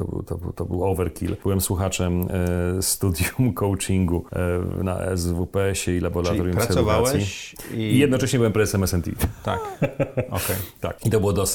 to był overkill, byłem słuchaczem studium coachingu na SWPS-ie i Laboratorium Czyli pracowałeś i jednocześnie byłem prezesem S&T. Tak, okej. Tak. I to było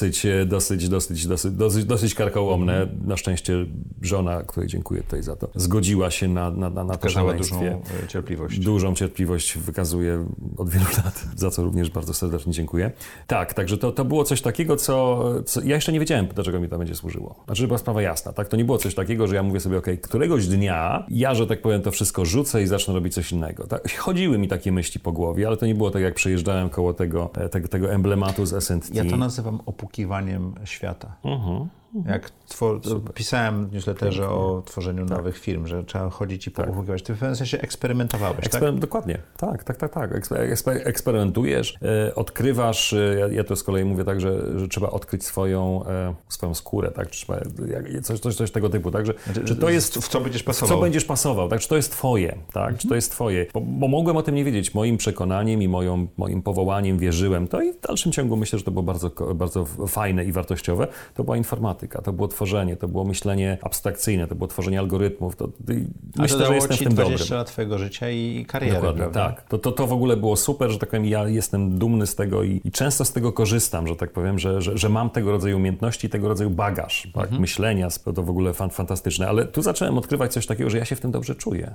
dosyć karkołomne. Na szczęście żona, której dziękuję tutaj za to, zgodziła się na to szaleństwie. Dużą cierpliwość. Dużą cierpliwość wykazuje od wielu lat, za co również bardzo serdecznie dziękuję. Tak, także to było coś takiego, co ja jeszcze nie wiedziałem, dlaczego mi to będzie służyło. Znaczy, była sprawa jasna, tak? To nie było coś takiego, że ja mówię sobie, któregoś dnia ja, że tak powiem, to wszystko rzucę i zacznę robić coś innego. Tak? Chodziły mi takie myśli po głowie, ale to nie było tak, jak przejeżdżałem koło tego emblematu z S&T. Ja to nazywam opukiwaniem świata. Jak pisałem w newsletterze o tworzeniu nowych firm, że trzeba chodzić i posłuchiwać. Ty w pewnym sensie eksperymentowałeś, tak? Dokładnie. Tak. Eksperymentujesz, odkrywasz. Ja to z kolei mówię tak, że trzeba odkryć swoją skórę, tak? Trzeba coś tego typu, tak? Czy to jest, w co będziesz pasował? W co będziesz pasował, tak? Czy to jest twoje, tak? Czy to jest twoje? Bo mogłem o tym nie wiedzieć. Moim przekonaniem i moim powołaniem wierzyłem to i w dalszym ciągu myślę, że to było bardzo, bardzo fajne i wartościowe. To była informatyka. matematyka, to było tworzenie, to było myślenie abstrakcyjne, to było tworzenie algorytmów. Myślę, że jestem ci w tym 20 dobrym. lat twojego życia i kariery, Dokładnie, prawda? tak. To w ogóle było super, że tak powiem, ja jestem dumny z tego i często z tego korzystam, że tak powiem, że mam tego rodzaju umiejętności, tego rodzaju bagaż, tak, myślenia, to w ogóle fantastyczne. Ale tu zacząłem odkrywać coś takiego, że ja się w tym dobrze czuję,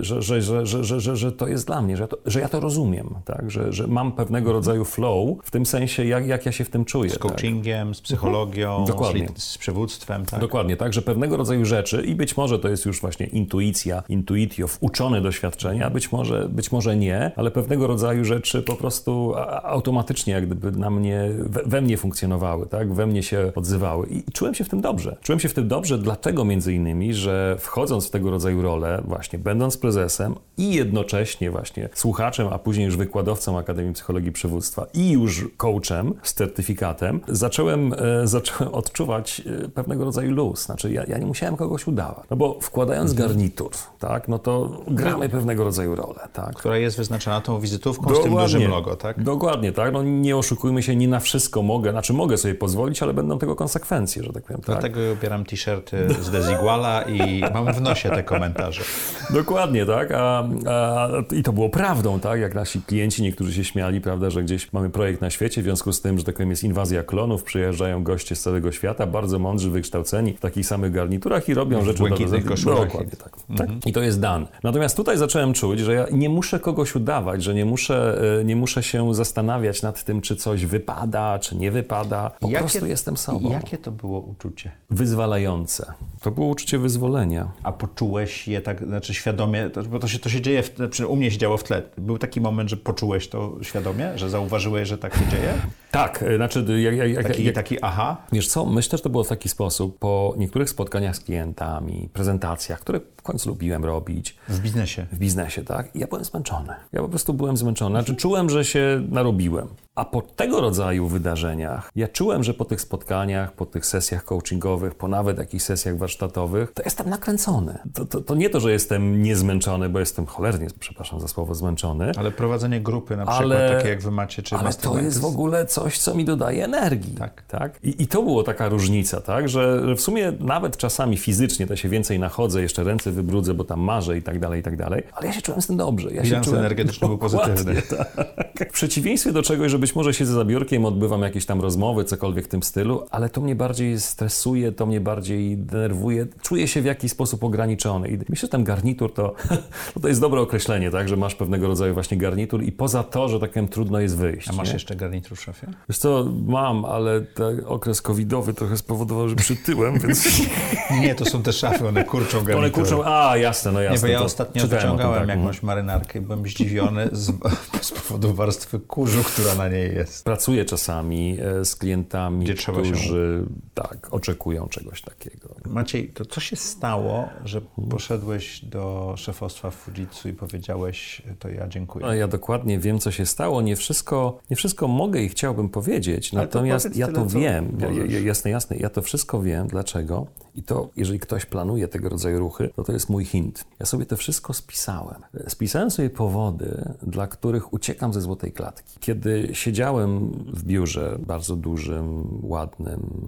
że to jest dla mnie, że ja to rozumiem, tak, że mam pewnego rodzaju flow, w tym sensie, jak ja się w tym czuję. Z coachingiem, z psychologią, Dokładnie. z przywództwem, tak? Dokładnie, tak, że pewnego rodzaju rzeczy i być może to jest już właśnie intuicja, intuitio, wuczone doświadczenia, być może nie, ale pewnego rodzaju rzeczy po prostu automatycznie jak gdyby we mnie funkcjonowały, tak, we mnie się odzywały i czułem się w tym dobrze. Czułem się w tym dobrze dlatego między innymi, że wchodząc w tego rodzaju rolę, właśnie będąc prezesem i jednocześnie właśnie słuchaczem, a później już wykładowcą Akademii Psychologii Przywództwa i już coachem z certyfikatem, zacząłem odczuwać pewnego rodzaju luz. Znaczy ja nie musiałem kogoś udawać. No bo wkładając garnitur, tak, no to gramy pewnego rodzaju rolę, tak. Która jest wyznaczona tą wizytówką z tym dużym logo, tak? Dokładnie, tak. No nie oszukujmy się, nie na wszystko mogę sobie pozwolić, ale będą tego konsekwencje, że tak powiem. Dlatego ubieram t-shirty z Desiguala i mam w nosie te komentarze. Dokładnie, tak. I to było prawdą, tak, jak nasi klienci, niektórzy się śmiali, prawda, że gdzieś mamy projekt na świecie, w związku z tym, że tak powiem jest inwazja klonów, przyjeżdżają goście z całego świata, bardzo mądrzy, wykształceni w takich samych garniturach i robią rzeczy... błękitnych koszulach. Dokładnie, tak. I to jest dane. Natomiast tutaj zacząłem czuć, że ja nie muszę kogoś udawać, że nie muszę się zastanawiać nad tym, czy coś wypada, czy nie wypada. Po prostu jestem sobą. Jakie to było uczucie? Wyzwalające. To było uczucie wyzwolenia. A poczułeś je tak, znaczy świadomie, bo to się dzieje, u mnie się działo w tle. Był taki moment, że poczułeś to świadomie, że zauważyłeś, że tak się dzieje? Tak, znaczy... Taki aha? Wiesz co, myślę, że to było w taki sposób, po niektórych spotkaniach z klientami, prezentacjach, które w końcu lubiłem robić. W biznesie. W biznesie, tak? I ja byłem zmęczony. Ja po prostu byłem zmęczony. Znaczy czułem, że się narobiłem. A po tego rodzaju wydarzeniach, ja czułem, że po tych spotkaniach, po tych sesjach coachingowych, po nawet jakichś sesjach warsztatowych, to jestem nakręcony. To nie to, że jestem niezmęczony, bo jestem cholernie, przepraszam za słowo, zmęczony. Ale prowadzenie grupy na przykład, takie jak wy macie, czy ale to jest w ogóle coś, co mi dodaje energii. Tak. I to było taka różnica, tak, że w sumie nawet czasami fizycznie to się więcej nachodzę, jeszcze ręce wybrudzę, bo tam marzę i tak dalej, ale ja się czułem z tym dobrze. Bilans energetyczny był pozytywny. Tak. W przeciwieństwie do czegoś, że być może siedzę za biurkiem, odbywam jakieś tam rozmowy, cokolwiek w tym stylu, ale to mnie bardziej stresuje, to mnie bardziej denerwuje, czuję się w jakiś sposób ograniczony. I myślę, że ten garnitur to jest dobre określenie, tak, że masz pewnego rodzaju właśnie garnitur i poza to, że tak powiem, trudno jest wyjść. A masz nie? jeszcze garnitur w szafie? Wiesz co, mam, ale ten okres covidowy trochę spowodował, że przytyłem, więc... Nie, to są te szafy, one kurczą garnitury. One kurczą, jasne, no jasne. Nie, bo ja ostatnio wyciągałem tak, jakąś marynarkę i byłem zdziwiony z powodu warstwy kurzu, która na niej jest. Pracuję czasami z klientami, którzy oczekują czegoś takiego. Maciej, to co się stało, że poszedłeś do szefostwa w Fujitsu i powiedziałeś, to ja dziękuję? No, ja dokładnie wiem, co się stało. Nie wszystko mogę i chciałbym powiedzieć, natomiast ja to wiem. Jasne, ja to wszystko wiem. Dlaczego? I to, jeżeli ktoś planuje tego rodzaju ruchy, to jest mój hint. Ja sobie to wszystko spisałem. Spisałem sobie powody, dla których uciekam ze złotej klatki. Kiedy siedziałem w biurze bardzo dużym, ładnym,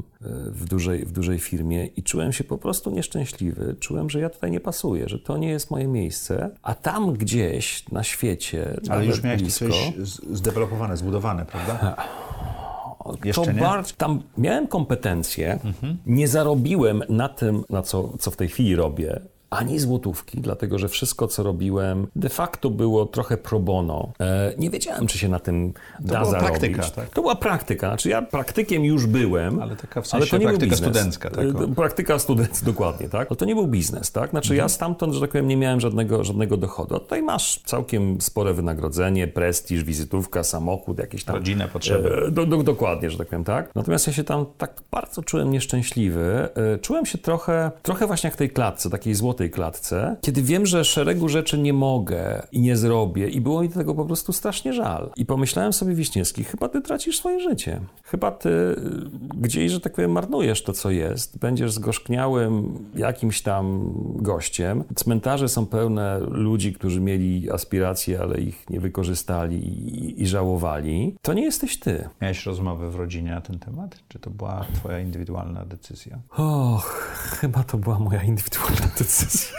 w dużej firmie i czułem się po prostu nieszczęśliwy. Czułem, że ja tutaj nie pasuję, że to nie jest moje miejsce, a tam gdzieś na świecie, ale już miałeś coś zdevelopowane, zbudowane, prawda? Jeszcze nie? Tam miałem kompetencje, nie zarobiłem na tym, co w tej chwili robię, ani złotówki, dlatego że wszystko, co robiłem, de facto było trochę pro bono. Nie wiedziałem, czy się na tym da zarobić. Praktyka, tak? To była praktyka. Znaczy ja praktykiem już byłem, ale taka w sensie ale to nie praktyka był biznes. Studencka. Praktyka studencka, dokładnie, tak? Ale to nie był biznes, tak? Znaczy ja stamtąd, że tak powiem, nie miałem żadnego dochodu. A tutaj masz całkiem spore wynagrodzenie, prestiż, wizytówka, samochód, jakieś tam... Rodzinne potrzeby. Dokładnie, że tak powiem, tak? Natomiast ja się tam tak bardzo czułem nieszczęśliwy. Czułem się trochę właśnie jak w tej klatce, takiej złotej tej klatce, kiedy wiem, że szeregu rzeczy nie mogę i nie zrobię i było mi tego po prostu strasznie żal. I pomyślałem sobie, Wiśniewski, chyba ty tracisz swoje życie. Chyba ty gdzieś, że tak powiem, marnujesz to, co jest. Będziesz zgorzkniałym jakimś tam gościem. Cmentarze są pełne ludzi, którzy mieli aspiracje, ale ich nie wykorzystali i żałowali. To nie jesteś ty. Miałeś rozmowę w rodzinie na ten temat? Czy to była twoja indywidualna decyzja? Och, chyba to była moja indywidualna decyzja.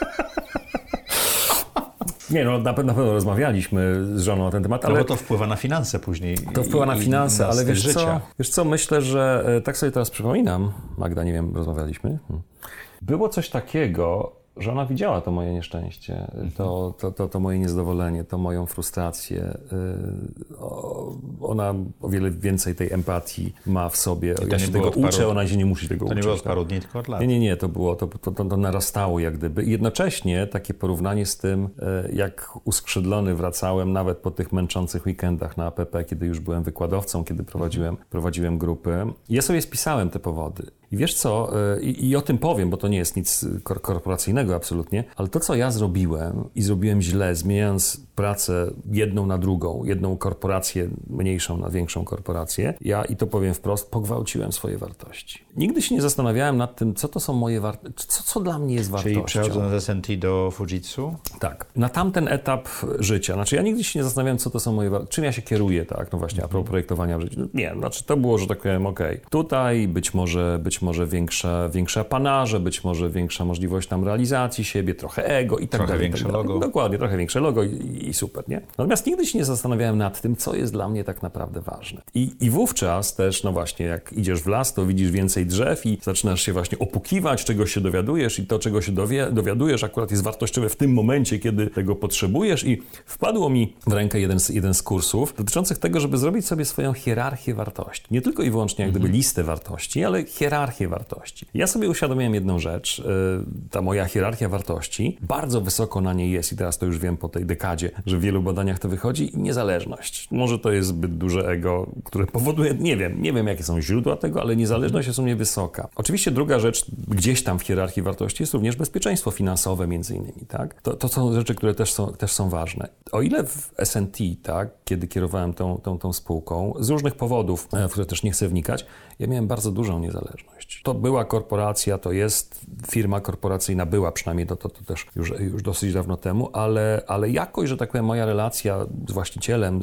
Nie, no na pewno rozmawialiśmy z żoną na ten temat, ale... No bo to wpływa na finanse później. To wpływa na finanse, ale życia. Wiesz co, myślę, że tak sobie teraz przypominam, Magda, nie wiem, rozmawialiśmy? Było coś takiego, że ona widziała to moje nieszczęście, to moje niezadowolenie, to moją frustrację. Ona o wiele więcej tej empatii ma w sobie. Ja się tego uczę, ona się nie musi tego uczyć. To nie było od paru dni, tylko od lat. Nie, to narastało jak gdyby. I jednocześnie takie porównanie z tym, jak uskrzydlony wracałem nawet po tych męczących weekendach na APP, kiedy już byłem wykładowcą, kiedy prowadziłem grupy. Ja sobie spisałem te powody. I wiesz co, i o tym powiem, bo to nie jest nic korporacyjnego absolutnie, ale to, co ja zrobiłem i zrobiłem źle, zmieniając pracę jedną na drugą, jedną korporację mniejszą na większą korporację, ja, i to powiem wprost, pogwałciłem swoje wartości. Nigdy się nie zastanawiałem nad tym, co to są moje wartości, co dla mnie jest wartością. Czyli przechodząc z S&T do Fujitsu? Tak. Na tamten etap życia, znaczy ja nigdy się nie zastanawiałem, co to są moje wartości, czym ja się kieruję, tak, no właśnie, a propos projektowania w życiu. Nie, znaczy to było, że tak powiem, okej. Tutaj być może większe apanarze, być może większa możliwość tam realizacji siebie, trochę ego i tak dalej. Trochę większe logo. Dokładnie, trochę większe logo i super, nie? Natomiast nigdy się nie zastanawiałem nad tym, co jest dla mnie tak naprawdę ważne. I wówczas też, no właśnie, jak idziesz w las, to widzisz więcej drzew i zaczynasz się właśnie opukiwać, czego się dowiadujesz i to, czego się dowiadujesz, akurat jest wartościowe w tym momencie, kiedy tego potrzebujesz i wpadło mi w rękę jeden z kursów dotyczących tego, żeby zrobić sobie swoją hierarchię wartości. Nie tylko i wyłącznie jak gdyby listę wartości, ale hierarchię wartości. Ja sobie uświadomiłem jedną rzecz, ta moja hierarchia wartości, bardzo wysoko na niej jest i teraz to już wiem po tej dekadzie, że w wielu badaniach to wychodzi, niezależność. Może to jest zbyt duże ego, które powoduje, nie wiem jakie są źródła tego, ale niezależność jest u mnie wysoka. Oczywiście druga rzecz, gdzieś tam w hierarchii wartości jest również bezpieczeństwo finansowe między innymi, tak? To są rzeczy, które też są ważne. O ile w S&T, tak, kiedy kierowałem tą spółką, z różnych powodów, w które też nie chcę wnikać, ja miałem bardzo dużą niezależność. To była korporacja, to jest firma korporacyjna, była przynajmniej to też już dosyć dawno temu, ale jakoś, że tak powiem, moja relacja z właścicielem,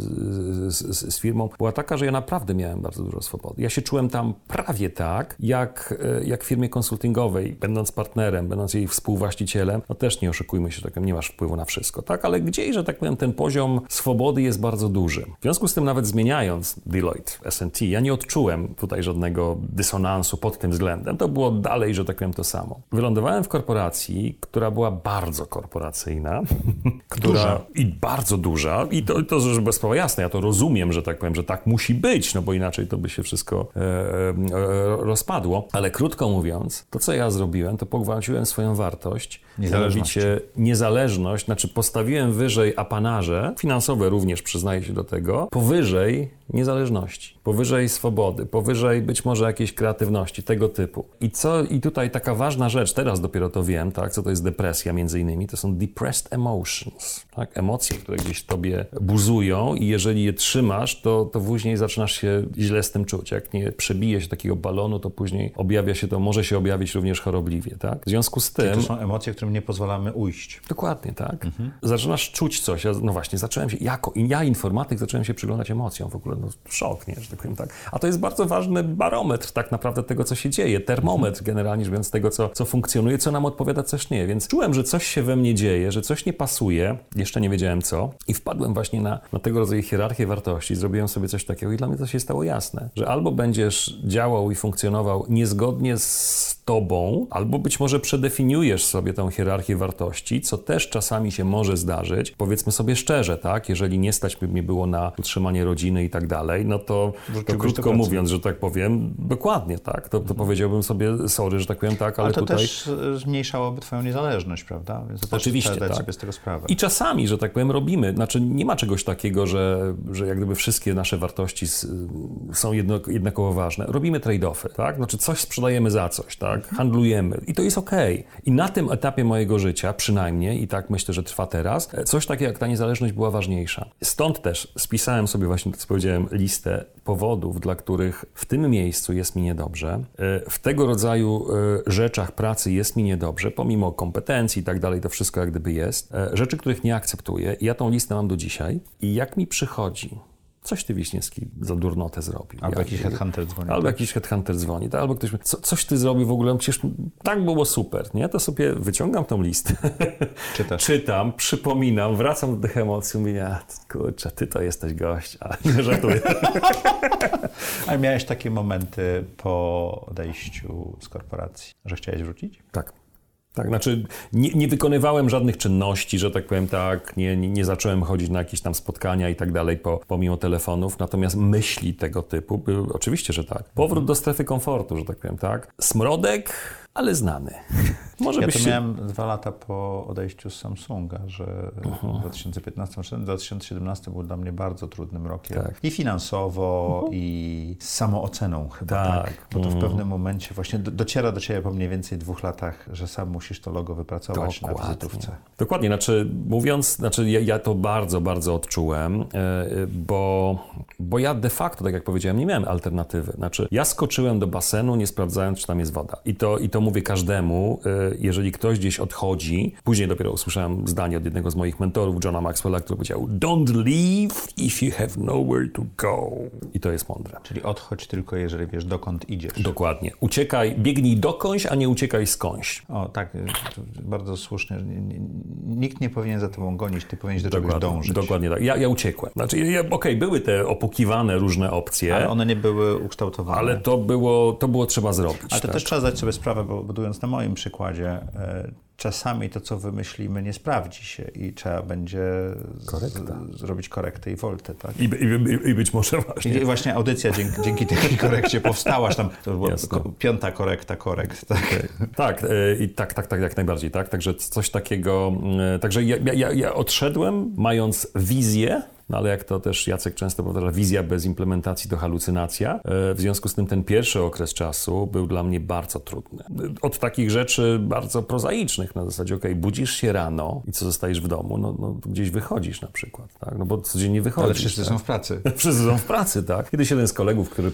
z firmą była taka, że ja naprawdę miałem bardzo dużo swobody. Ja się czułem tam prawie tak, jak w firmie konsultingowej, będąc partnerem, będąc jej współwłaścicielem, no też nie oszukujmy się, tak powiem, nie masz wpływu na wszystko, tak? Ale gdzieś, że tak powiem, ten poziom swobody jest bardzo duży. W związku z tym nawet zmieniając Deloitte, S&T, ja nie odczułem tutaj żadnego dysonansu pod tym względem. To było dalej, że tak powiem, to samo. Wylądowałem w korporacji, która była bardzo korporacyjna, i bardzo duża, i to żeby bez sprawy jasne, ja to rozumiem, że tak powiem, że tak musi być, no bo inaczej to by się wszystko rozpadło, ale krótko mówiąc, to co ja zrobiłem, to pogwałciłem swoją wartość, mianowicie niezależność, znaczy postawiłem wyżej apanarze, finansowe również przyznaję się do tego, powyżej niezależności, powyżej swobody, powyżej być może jakiejś kreatywności, tego typu. I tutaj taka ważna rzecz, teraz dopiero to wiem, tak, co to jest depresja między innymi, to są depressed emotions, tak, emocje, które gdzieś w tobie buzują i jeżeli je trzymasz, to później zaczynasz się źle z tym czuć. Jak nie przebije się takiego balonu, to później może się objawić również chorobliwie, tak. W związku z tym... To są emocje, którym nie pozwalamy ujść. Dokładnie, tak. Zaczynasz czuć coś. No właśnie, ja informatyk, zacząłem się przyglądać emocjom w ogóle, no szok, nie, że tak powiem tak. A to jest bardzo ważny barometr tak naprawdę tego, co się dzieje, termometr generalnie rzecz biorąc tego, co funkcjonuje, co nam odpowiada, coś nie. Więc czułem, że coś się we mnie dzieje, że coś nie pasuje, jeszcze nie wiedziałem co i wpadłem właśnie na tego rodzaju hierarchię wartości, zrobiłem sobie coś takiego i dla mnie to się stało jasne, że albo będziesz działał i funkcjonował niezgodnie z tobą, albo być może przedefiniujesz sobie tą hierarchię wartości, co też czasami się może zdarzyć. Powiedzmy sobie szczerze, tak, jeżeli nie stać by mnie było na utrzymanie rodziny i tak dalej, no to krótko mówiąc, że tak powiem, dokładnie tak, to powiedziałbym sobie sorry, że tak powiem, tak, ale to tutaj... też zmniejszałoby twoją niezależność, prawda? Więc to też Oczywiście, trzeba dać tak. sobie z tego sprawę. I czasami, że tak powiem, robimy, znaczy nie ma czegoś takiego, że jak gdyby wszystkie nasze wartości są jednakowo ważne. Robimy trade-offy, tak? Znaczy coś sprzedajemy za coś, tak? Handlujemy i to jest okej. I na tym etapie mojego życia, przynajmniej, i tak myślę, że trwa teraz, coś takiego jak ta niezależność była ważniejsza. Stąd też spisałem sobie właśnie, to co powiedziałem, listę powodów, dla których w tym miejscu jest mi niedobrze, w tego rodzaju rzeczach pracy jest mi niedobrze, pomimo kompetencji i tak dalej, to wszystko jak gdyby jest. Rzeczy, których nie akceptuję i ja tą listę mam do dzisiaj i jak mi przychodzi, coś ty, Wiśniewski, za durnotę zrobił. Albo jakiś headhunter dzwoni. Albo jakiś headhunter dzwoni, albo ktoś mówi, coś ty zrobił w ogóle, przecież tak było super, nie? To sobie wyciągam tą listę, czytam, przypominam, wracam do tych emocji, mówię, kurczę, ty to jesteś gość, ale nie żartuję. Ale miałeś takie momenty po odejściu z korporacji, że chciałeś wrócić? Tak. Tak, znaczy nie wykonywałem żadnych czynności, że tak powiem tak, nie zacząłem chodzić na jakieś tam spotkania i tak dalej pomimo telefonów, natomiast myśli tego typu były, oczywiście, że tak. Powrót do strefy komfortu, że tak powiem tak. Smrodek, ale znany. Może ja to miałem 2 lata po odejściu z Samsunga, że 2015-2017 był dla mnie bardzo trudnym rokiem. Tak. I finansowo, i z samooceną chyba. Tak. Bo to w pewnym momencie właśnie dociera do ciebie po mniej więcej 2 latach, że sam musisz to logo wypracować na wizytówce. Dokładnie, ja to bardzo, bardzo odczułem, bo ja de facto, tak jak powiedziałem, nie miałem alternatywy. Znaczy, ja skoczyłem do basenu, nie sprawdzając, czy tam jest woda. I to mówię każdemu, jeżeli ktoś gdzieś odchodzi, później dopiero usłyszałem zdanie od jednego z moich mentorów, Johna Maxwella, który powiedział: "Don't leave if you have nowhere to go." I to jest mądre. Czyli odchodź tylko, jeżeli wiesz, dokąd idziesz. Dokładnie. Uciekaj, biegnij dokądś, a nie uciekaj skądś. O, tak, bardzo słusznie. Nikt nie powinien za tobą gonić, ty powinieneś do czegoś dążyć. Dokładnie tak. Ja uciekłem. Znaczy, były te opokiwane różne opcje. Ale one nie były ukształtowane. Ale to było trzeba zrobić. Ale to też trzeba zdać sobie sprawę, bo budując na moim przykładzie, czasami to, co wymyślimy, nie sprawdzi się i trzeba będzie zrobić korektę i woltę. Tak? I być może właśnie. I właśnie audycja dzięki tej korekcie powstała, tam to była 5. korekta korekt. Tak, tak, jak najbardziej. Tak? Także coś takiego. Także ja odszedłem, mając wizję. No ale jak to też Jacek często powtarza, wizja bez implementacji to halucynacja. W związku z tym ten pierwszy okres czasu był dla mnie bardzo trudny. Od takich rzeczy bardzo prozaicznych, na zasadzie budzisz się rano i co, zostajesz w domu, no gdzieś wychodzisz na przykład, tak? No bo codziennie wychodzisz. Ale wszyscy są w pracy. Wszyscy są w pracy, tak. Kiedyś jeden z kolegów, który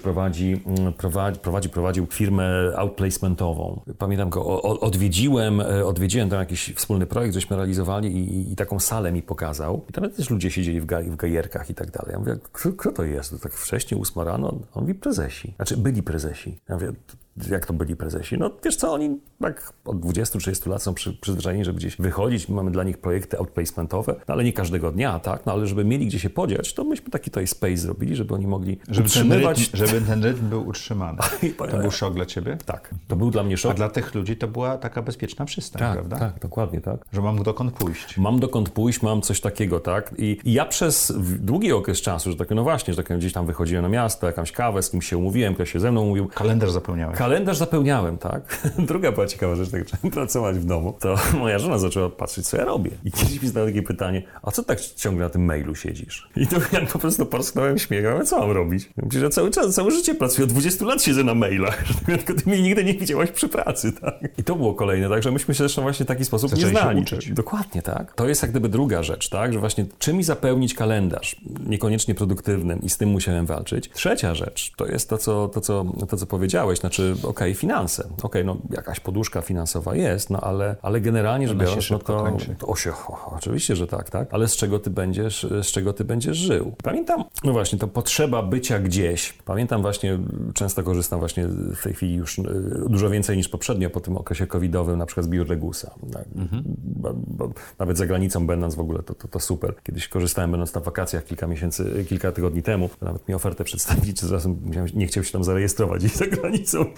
prowadził firmę outplacementową. Pamiętam go, odwiedziłem tam jakiś wspólny projekt, żeśmy realizowali i taką salę mi pokazał. I tam też ludzie siedzieli w gajerkach i tak dalej. Ja mówię, kto to jest? To tak wcześniej, 8 rano? On mówi, prezesi. Znaczy, byli prezesi. Ja mówię, jak to byli prezesi? No wiesz co, oni tak od 20-30 lat są przyzwyczajeni, żeby gdzieś wychodzić. Mamy dla nich projekty outplacementowe, no ale nie każdego dnia, tak? No ale żeby mieli gdzie się podziać, to myśmy taki tutaj space zrobili, żeby oni mogli utrzymywać. Żeby ten rytm był utrzymany. To był szok dla ciebie? Tak, to był dla mnie szok. A dla tych ludzi to była taka bezpieczna przystań, prawda? Tak, dokładnie tak. Że mam dokąd pójść. Mam dokąd pójść, mam coś takiego, tak? I ja przez długi okres czasu, że tak, no właśnie, że tak gdzieś tam wychodziłem na miasto, jakąś kawę, z kimś się umówiłem, ktoś się ze mną umówił. Kalendarz zapełniałeś. Kalendarz zapełniałem, tak. Druga była ciekawa rzecz, jak zacząłem pracować w domu, to moja żona zaczęła patrzeć, co ja robię. I kiedyś mi zadała takie pytanie, a co tak ciągle na tym mailu siedzisz? I to ja po prostu porsknąłem śmiechem, co mam robić? Przecież ja całe życie pracuję, od 20 lat siedzę na mailach, tylko ty mnie nigdy nie widziałaś przy pracy, tak. I to było kolejne, tak, że myśmy się zresztą właśnie w taki sposób nie znali. Dokładnie, tak. To jest jak gdyby druga rzecz, tak, że właśnie czym mi zapełnić kalendarz, niekoniecznie produktywnym i z tym musiałem walczyć. Trzecia rzecz, to jest to, co powiedziałeś, znaczy finanse. No jakaś poduszka finansowa jest, no ale generalnie rzecz biorąc, no to oczywiście, że tak, ale z czego ty będziesz żył? Pamiętam, no właśnie, to potrzeba bycia gdzieś. Pamiętam właśnie, często korzystam właśnie w tej chwili już dużo więcej niż poprzednio po tym okresie covidowym, na przykład z Bioregusa. Tak? Bo nawet za granicą będąc w ogóle, to super. Kiedyś korzystałem, będąc na wakacjach kilka tygodni temu, nawet mi ofertę przedstawili, czy zarazem nie chciał się tam zarejestrować gdzieś za granicą.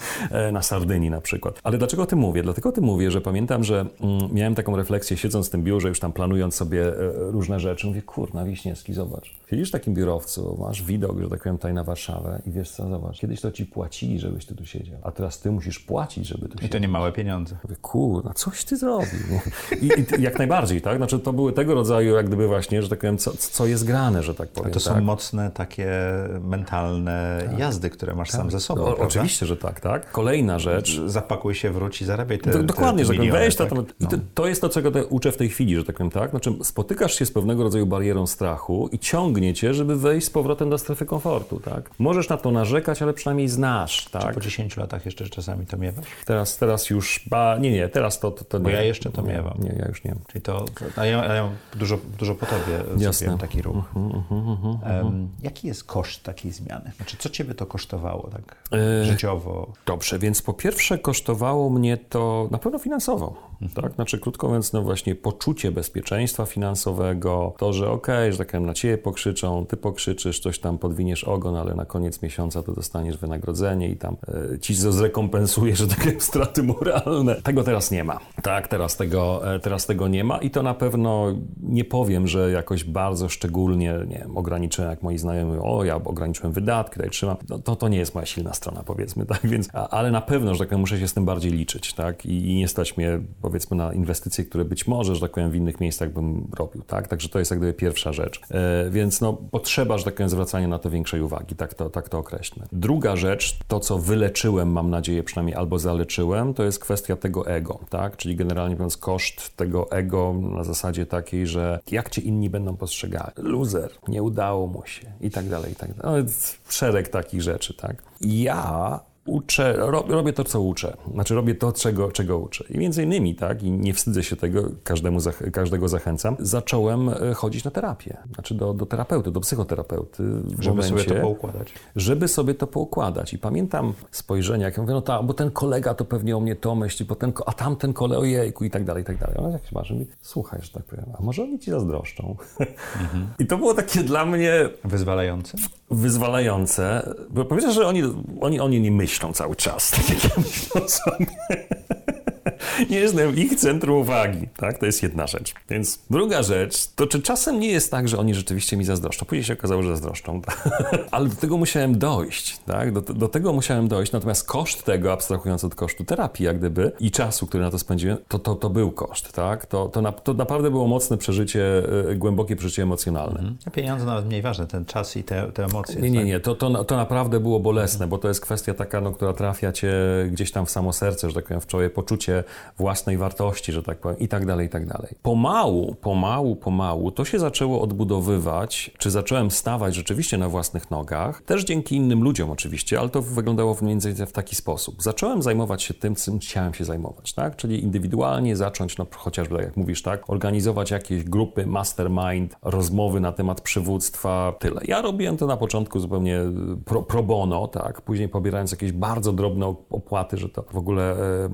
na Sardynii na przykład. Ale dlaczego o tym mówię? Dlatego o tym mówię, że pamiętam, że miałem taką refleksję, siedząc w tym biurze, już tam planując sobie różne rzeczy. Mówię, kurna, Wiśniewski, zobacz. Siedzisz w takim biurowcu, masz widok, że tak powiem, tutaj na Warszawę i wiesz co, zobacz, kiedyś to ci płacili, żebyś ty tu siedział, a teraz ty musisz płacić, żeby tu siedzieć. I to nie małe pieniądze. Mówię, kurna, coś ty zrobił. I jak najbardziej, tak? Znaczy to były tego rodzaju, jak gdyby właśnie, że tak powiem, co jest grane, że tak powiem. A to są tak? mocne takie mentalne jazdy, które masz sam ze sobą, prawda? Oczywiście, że tak, tak. Kolejna rzecz. Zapakuj się, wróć i zarabiaj te Dokładnie, że miliony, weź tak? to jest to, czego uczę w tej chwili, że tak powiem, tak? Znaczy spotykasz się z pewnego rodzaju barierą strachu i ciągnie cię, żeby wejść z powrotem do strefy komfortu, tak? Możesz na to narzekać, ale przynajmniej znasz, tak? Czy po 10 latach jeszcze czasami to miewasz? Teraz już, nie, teraz to nie. Bo ja jeszcze to miewam. Nie, ja już nie. Czyli a ja dużo po tobie zrobiłem taki ruch. Jaki jest koszt takiej zmiany? Znaczy, co ciebie to kosztowało tak życiowo? Dobrze, więc po pierwsze kosztowało mnie to na pewno finansowo, tak? Znaczy krótko mówiąc, no właśnie poczucie bezpieczeństwa finansowego, to, że że tak powiem, na ciebie pokrzyczą, ty pokrzyczysz, coś tam podwiniesz ogon, ale na koniec miesiąca to dostaniesz wynagrodzenie i tam ci zrekompensuje, że takie straty moralne. Tego teraz nie ma. Tak, teraz tego nie ma i to na pewno nie powiem, że jakoś bardzo szczególnie, nie wiem, ograniczyłem, jak moi znajomi, ja ograniczyłem wydatki, tutaj trzymam. No, to nie jest moja silna strona, powiedzmy, tak, więc, ale na pewno, że tak powiem, muszę się z tym bardziej liczyć, tak, i nie stać mnie, powiedzmy, na inwestycje, które być może, że tak powiem, w innych miejscach bym robił, tak, także to jest jak gdyby pierwsza rzecz, więc no, potrzeba, że tak powiem, zwracania na to większej uwagi, tak to określmy. Druga rzecz, to co wyleczyłem, mam nadzieję przynajmniej, albo zaleczyłem, to jest kwestia tego ego, tak, czyli generalnie mówiąc koszt tego ego na zasadzie takiej, że jak cię inni będą postrzegali, loser, nie udało mu się i tak dalej, i tak dalej. No, szereg takich rzeczy, tak. Ja robię to, co uczę. Znaczy robię to, czego uczę. I między innymi, tak, i nie wstydzę się tego, każdego zachęcam, zacząłem chodzić na terapię. Znaczy do terapeuty, do psychoterapeuty. Żeby sobie to poukładać. Żeby sobie to poukładać. I pamiętam spojrzenie, jak ja mówię, bo ten kolega to pewnie o mnie to myśli, a tamten kolega, ojejku, i tak dalej, i tak dalej. Ale jak się masz, mówi, słuchaj, że tak powiem, a może oni ci zazdroszczą? I to było takie dla mnie... Wyzwalające. Bo powiedział, że oni nie myślą cały czas, tak jak ja myślę o sobie. Nie jestem ich centrum uwagi, tak? To jest jedna rzecz. Więc druga rzecz, to czy czasem nie jest tak, że oni rzeczywiście mi zazdroszczą? Później się okazało, że zazdroszczą. Tak? Ale do tego musiałem dojść, tak? Do tego musiałem dojść, natomiast koszt tego, abstrahując od kosztu terapii, jak gdyby, i czasu, który na to spędziłem, to był koszt, tak? To naprawdę było mocne przeżycie, głębokie przeżycie emocjonalne. A pieniądze nawet mniej ważne, ten czas i te emocje. Nie. To naprawdę było bolesne, bo to jest kwestia taka, która trafia cię gdzieś tam w samo serce, że tak powiem, w czoło, poczucie własnej wartości, że tak powiem, i tak dalej, i tak dalej. Pomału to się zaczęło odbudowywać, czy zacząłem stawać rzeczywiście na własnych nogach, też dzięki innym ludziom oczywiście, ale to wyglądało między innymi w taki sposób. Zacząłem zajmować się tym, czym chciałem się zajmować, tak? Czyli indywidualnie zacząć, chociażby tak jak mówisz, tak? Organizować jakieś grupy, mastermind, rozmowy na temat przywództwa, tyle. Ja robiłem to na początku zupełnie pro bono, tak? Później pobierając jakieś bardzo drobne opłaty, że to w ogóle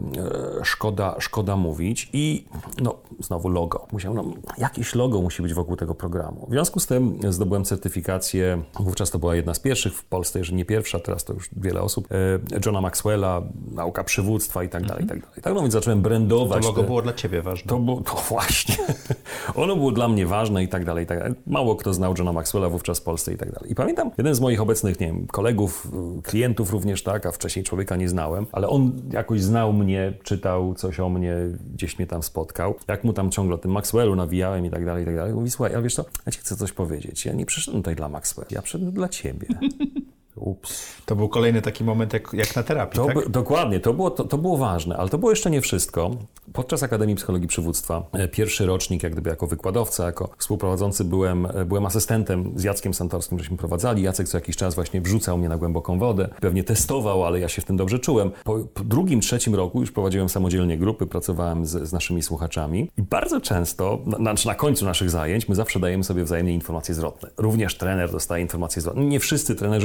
szkoda mówić i znowu logo. Jakieś logo musi być wokół tego programu. W związku z tym zdobyłem certyfikację, wówczas to była jedna z pierwszych w Polsce, jeżeli nie pierwsza, teraz to już wiele osób, Johna Maxwella, nauka przywództwa i tak dalej, i tak dalej. Tak, więc zacząłem brandować. To logo było dla ciebie ważne. To właśnie. Ono było dla mnie ważne i tak dalej, i tak dalej. Mało kto znał Johna Maxwella wówczas w Polsce i tak dalej. I pamiętam, jeden z moich obecnych, nie wiem, kolegów, klientów również, tak, a wcześniej człowieka nie znałem, ale on jakoś znał mnie, czytał coś o mnie, gdzieś mnie tam spotkał. Jak mu tam ciągle o tym Maxwellu nawijałem i tak dalej, i tak dalej. Mówi, słuchaj, ale wiesz co, ja ci chcę coś powiedzieć. Ja nie przyszedłem tutaj dla Maxwella, ja przyszedłem dla ciebie. Ups. To był kolejny taki moment jak na terapii, tak? Dokładnie, to było ważne, ale to było jeszcze nie wszystko. Podczas Akademii Psychologii Przywództwa, pierwszy rocznik, jak gdyby jako wykładowca, jako współprowadzący byłem asystentem z Jackiem Santorskim, żeśmy prowadzali. Jacek co jakiś czas właśnie wrzucał mnie na głęboką wodę. Pewnie testował, ale ja się w tym dobrze czułem. Po drugim, trzecim roku już prowadziłem samodzielnie grupy, pracowałem z naszymi słuchaczami i bardzo często, na końcu naszych zajęć, my zawsze dajemy sobie wzajemnie informacje zwrotne. Również trener dostaje informacje zwrotne. Nie wszyscy trenerzy to robią,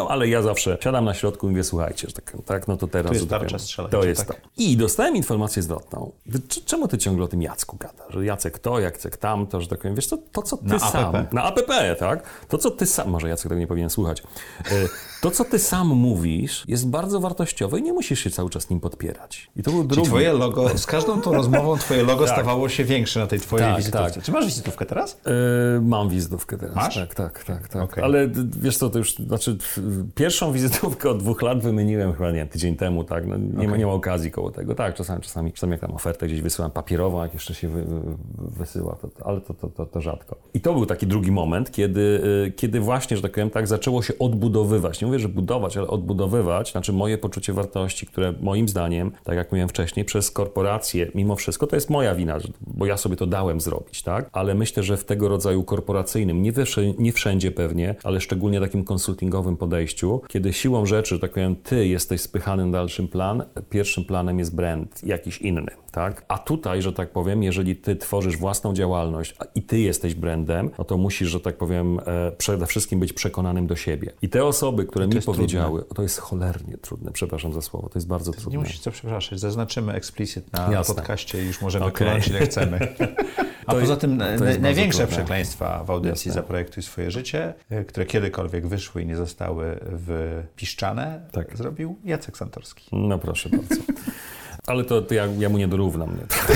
strzelają, ale ja zawsze siadam na środku i mówię, słuchajcie, że tak, no to teraz... Tu jest tarcza, strzelajcie, to jest tak? to. I dostałem informację zwrotną. Czemu ty ciągle o tym Jacku gadasz? Że Jacek to, Jacek tamto, że tak powiem, wiesz, to co ty Na sam... APP. Na APP, tak? To co ty sam... Może Jacek tego nie powinien słuchać. To, co ty sam mówisz, jest bardzo wartościowe i nie musisz się cały czas nim podpierać. I to był drugi... Twoje logo, z każdą tą rozmową twoje logo stawało się większe na tej twojej Tak, wizytówce. tak. Czy masz wizytówkę teraz? Mam wizytówkę teraz. Masz? Tak. Okej. Ale wiesz co, to już, znaczy pierwszą wizytówkę od 2 lat wymieniłem chyba, nie wiem, tydzień temu, tak? No, nie ma okazji koło tego. Tak, czasami jak tam ofertę gdzieś wysyłam papierową, jak jeszcze się wysyła, ale to rzadko. I to był taki drugi moment, kiedy właśnie, że tak powiem, tak zaczęło się odbudowywać. Nie mówię, że budować, ale odbudowywać, znaczy moje poczucie wartości, które moim zdaniem, tak jak mówiłem wcześniej, przez korporacje, mimo wszystko, to jest moja wina, bo ja sobie to dałem zrobić, tak? Ale myślę, że w tego rodzaju korporacyjnym, nie wszędzie pewnie, ale szczególnie takim konsultingowym podejściu, kiedy siłą rzeczy, że tak powiem, ty jesteś spychany na dalszy plan, pierwszym planem jest brand jakiś inny, tak? A tutaj, że tak powiem, jeżeli ty tworzysz własną działalność i ty jesteś brandem, no to musisz, że tak powiem, przede wszystkim być przekonanym do siebie. I te osoby, które mi powiedziały, to jest cholernie trudne, przepraszam za słowo, to jest bardzo trudne. Nie musisz co przepraszać, zaznaczymy explicit na Jasne. podcaście i już możemy kląć ile chcemy. A poza tym największe przekleństwa w audycji Zaprojektuj swoje życie, które kiedykolwiek wyszły i nie zostały wypiszczane, zrobił Jacek Santorski. No proszę bardzo. Ale to ja mu nie dorównam.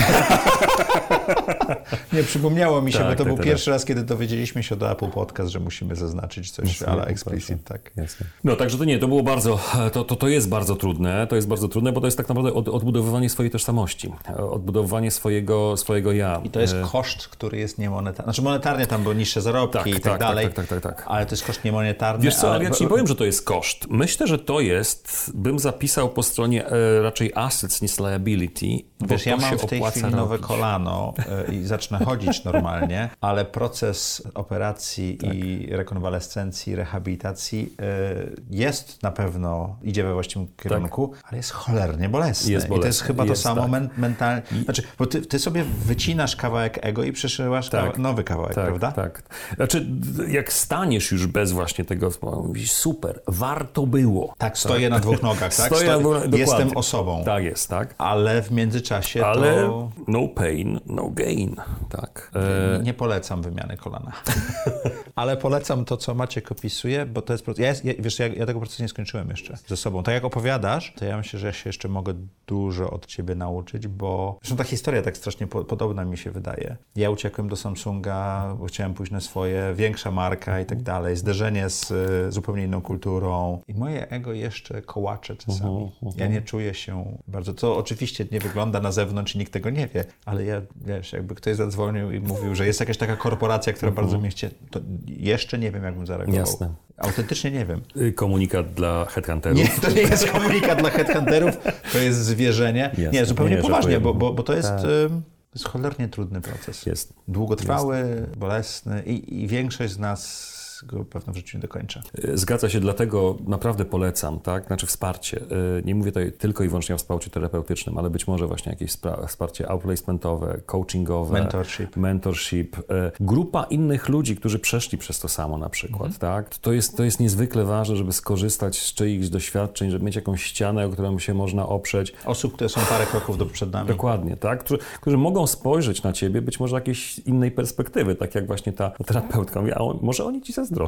Nie, przypomniało mi się, bo to był pierwszy raz, kiedy dowiedzieliśmy się do Apple Podcast, że musimy zaznaczyć coś ale explicit, tak. Jasne. No także to było bardzo, to jest bardzo trudne, bo to jest tak naprawdę odbudowywanie swojej tożsamości, odbudowywanie swojego ja. I to jest koszt, który jest niemonetarny. Znaczy monetarnie tam były niższe zarobki i tak dalej, tak. Ale to jest koszt niemonetarny. Wiesz co, ale ja ci nie powiem, że to jest koszt. Myślę, że to jest, bym zapisał po stronie raczej assets niż liability. Wiesz, ja mam w tej chwili nowe kolano i zacznę chodzić normalnie, ale proces operacji i rekonwalescencji, rehabilitacji jest na pewno, idzie we właściwym kierunku, ale jest cholernie bolesny. I to jest chyba to samo mentalnie. Znaczy, bo ty sobie wycinasz kawałek ego i przeszywasz nowy kawałek, prawda? Tak. Znaczy, jak staniesz już bez właśnie tego, mówisz, super, warto było. Tak, stoję na 2 nogach, tak? Jestem osobą. Tak jest, tak. Ale w międzyczasie to... no pain, no gain, tak. Nie polecam wymiany kolana. Ale polecam to, co Maciek opisuje, bo to jest proces. Ja tego procesu nie skończyłem jeszcze ze sobą. Tak jak opowiadasz, to ja myślę, że ja się jeszcze mogę dużo od ciebie nauczyć, bo zresztą ta historia tak strasznie podobna mi się wydaje. Ja uciekłem do Samsunga, bo chciałem pójść na swoje, większa marka i tak dalej, zderzenie z zupełnie inną kulturą i moje ego jeszcze kołacze czasami. Ja nie czuję się bardzo... To oczywiście nie wygląda na zewnątrz i nikt tego nie wie, ale ja, wiesz, jakby ktoś zadzwonił i mówił, że jest jakaś taka korporacja, która bardzo mnie chce, to jeszcze nie wiem, jak bym zareagował. Jasne. Autentycznie nie wiem. Komunikat dla headhunterów. Nie, to nie jest komunikat dla headhunterów, to jest zwierzenie. Jasne. Nie, zupełnie poważnie, bo to jest... To jest cholernie trudny proces. Jest. Długotrwały, bolesny i większość z nas go pewno w życiu nie dokończę. Zgadza się, dlatego naprawdę polecam, tak? Znaczy wsparcie. Nie mówię tutaj tylko i wyłącznie o wsparciu terapeutycznym, ale być może właśnie jakieś wsparcie outplacementowe, coachingowe, mentorship. Grupa innych ludzi, którzy przeszli przez to samo na przykład, tak? To jest niezwykle ważne, żeby skorzystać z czyichś doświadczeń, żeby mieć jakąś ścianę, o którą się można oprzeć. Osób, które są parę kroków przed nami. Dokładnie, tak? Którzy mogą spojrzeć na ciebie być może jakiejś innej perspektywy, tak jak właśnie ta terapeutka mówi, a może oni ci zazdroszczą.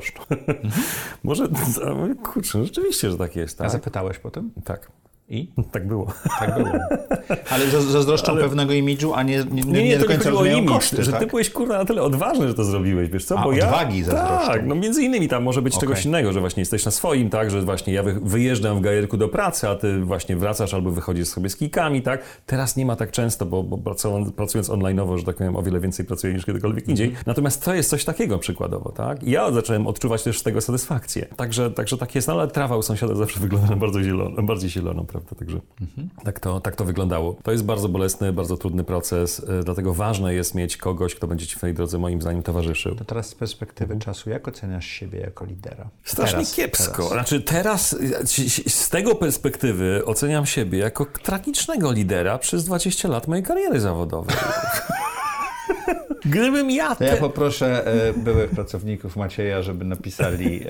Może, kurczę, rzeczywiście, że tak jest, tak? A zapytałeś potem? Tak. I? Tak było. Tak było. Ale zazdroszczą pewnego imidżu, a nie do końca rozumieją koszty, że tak? ty byłeś, kurwa, na tyle odważny, że to zrobiłeś, wiesz co? Bo odwagi zazdroszczą. Tak, no między innymi tam może być czegoś innego, że właśnie jesteś na swoim, tak, że właśnie ja wyjeżdżam w gajerku do pracy, a ty właśnie wracasz albo wychodzisz sobie z kijkami, tak? Teraz nie ma tak często, bo pracując online'owo, że tak powiem, o wiele więcej pracuję niż kiedykolwiek indziej. Natomiast to jest coś takiego przykładowo, tak? I ja zacząłem odczuwać też z tego satysfakcję. Także tak jest, no, ale trawa u sąsiada zawsze wygląda bardziej zieloną, prawda? Także tak to wyglądało. To jest bardzo bolesny, bardzo trudny proces, dlatego ważne jest mieć kogoś, kto będzie ci w tej drodze moim zdaniem towarzyszył. To teraz z perspektywy czasu, jak oceniasz siebie jako lidera? Strasznie kiepsko. Znaczy teraz z tego perspektywy oceniam siebie jako tragicznego lidera przez 20 lat mojej kariery zawodowej. Gdybym ja... To ja poproszę byłych pracowników Macieja, żeby napisali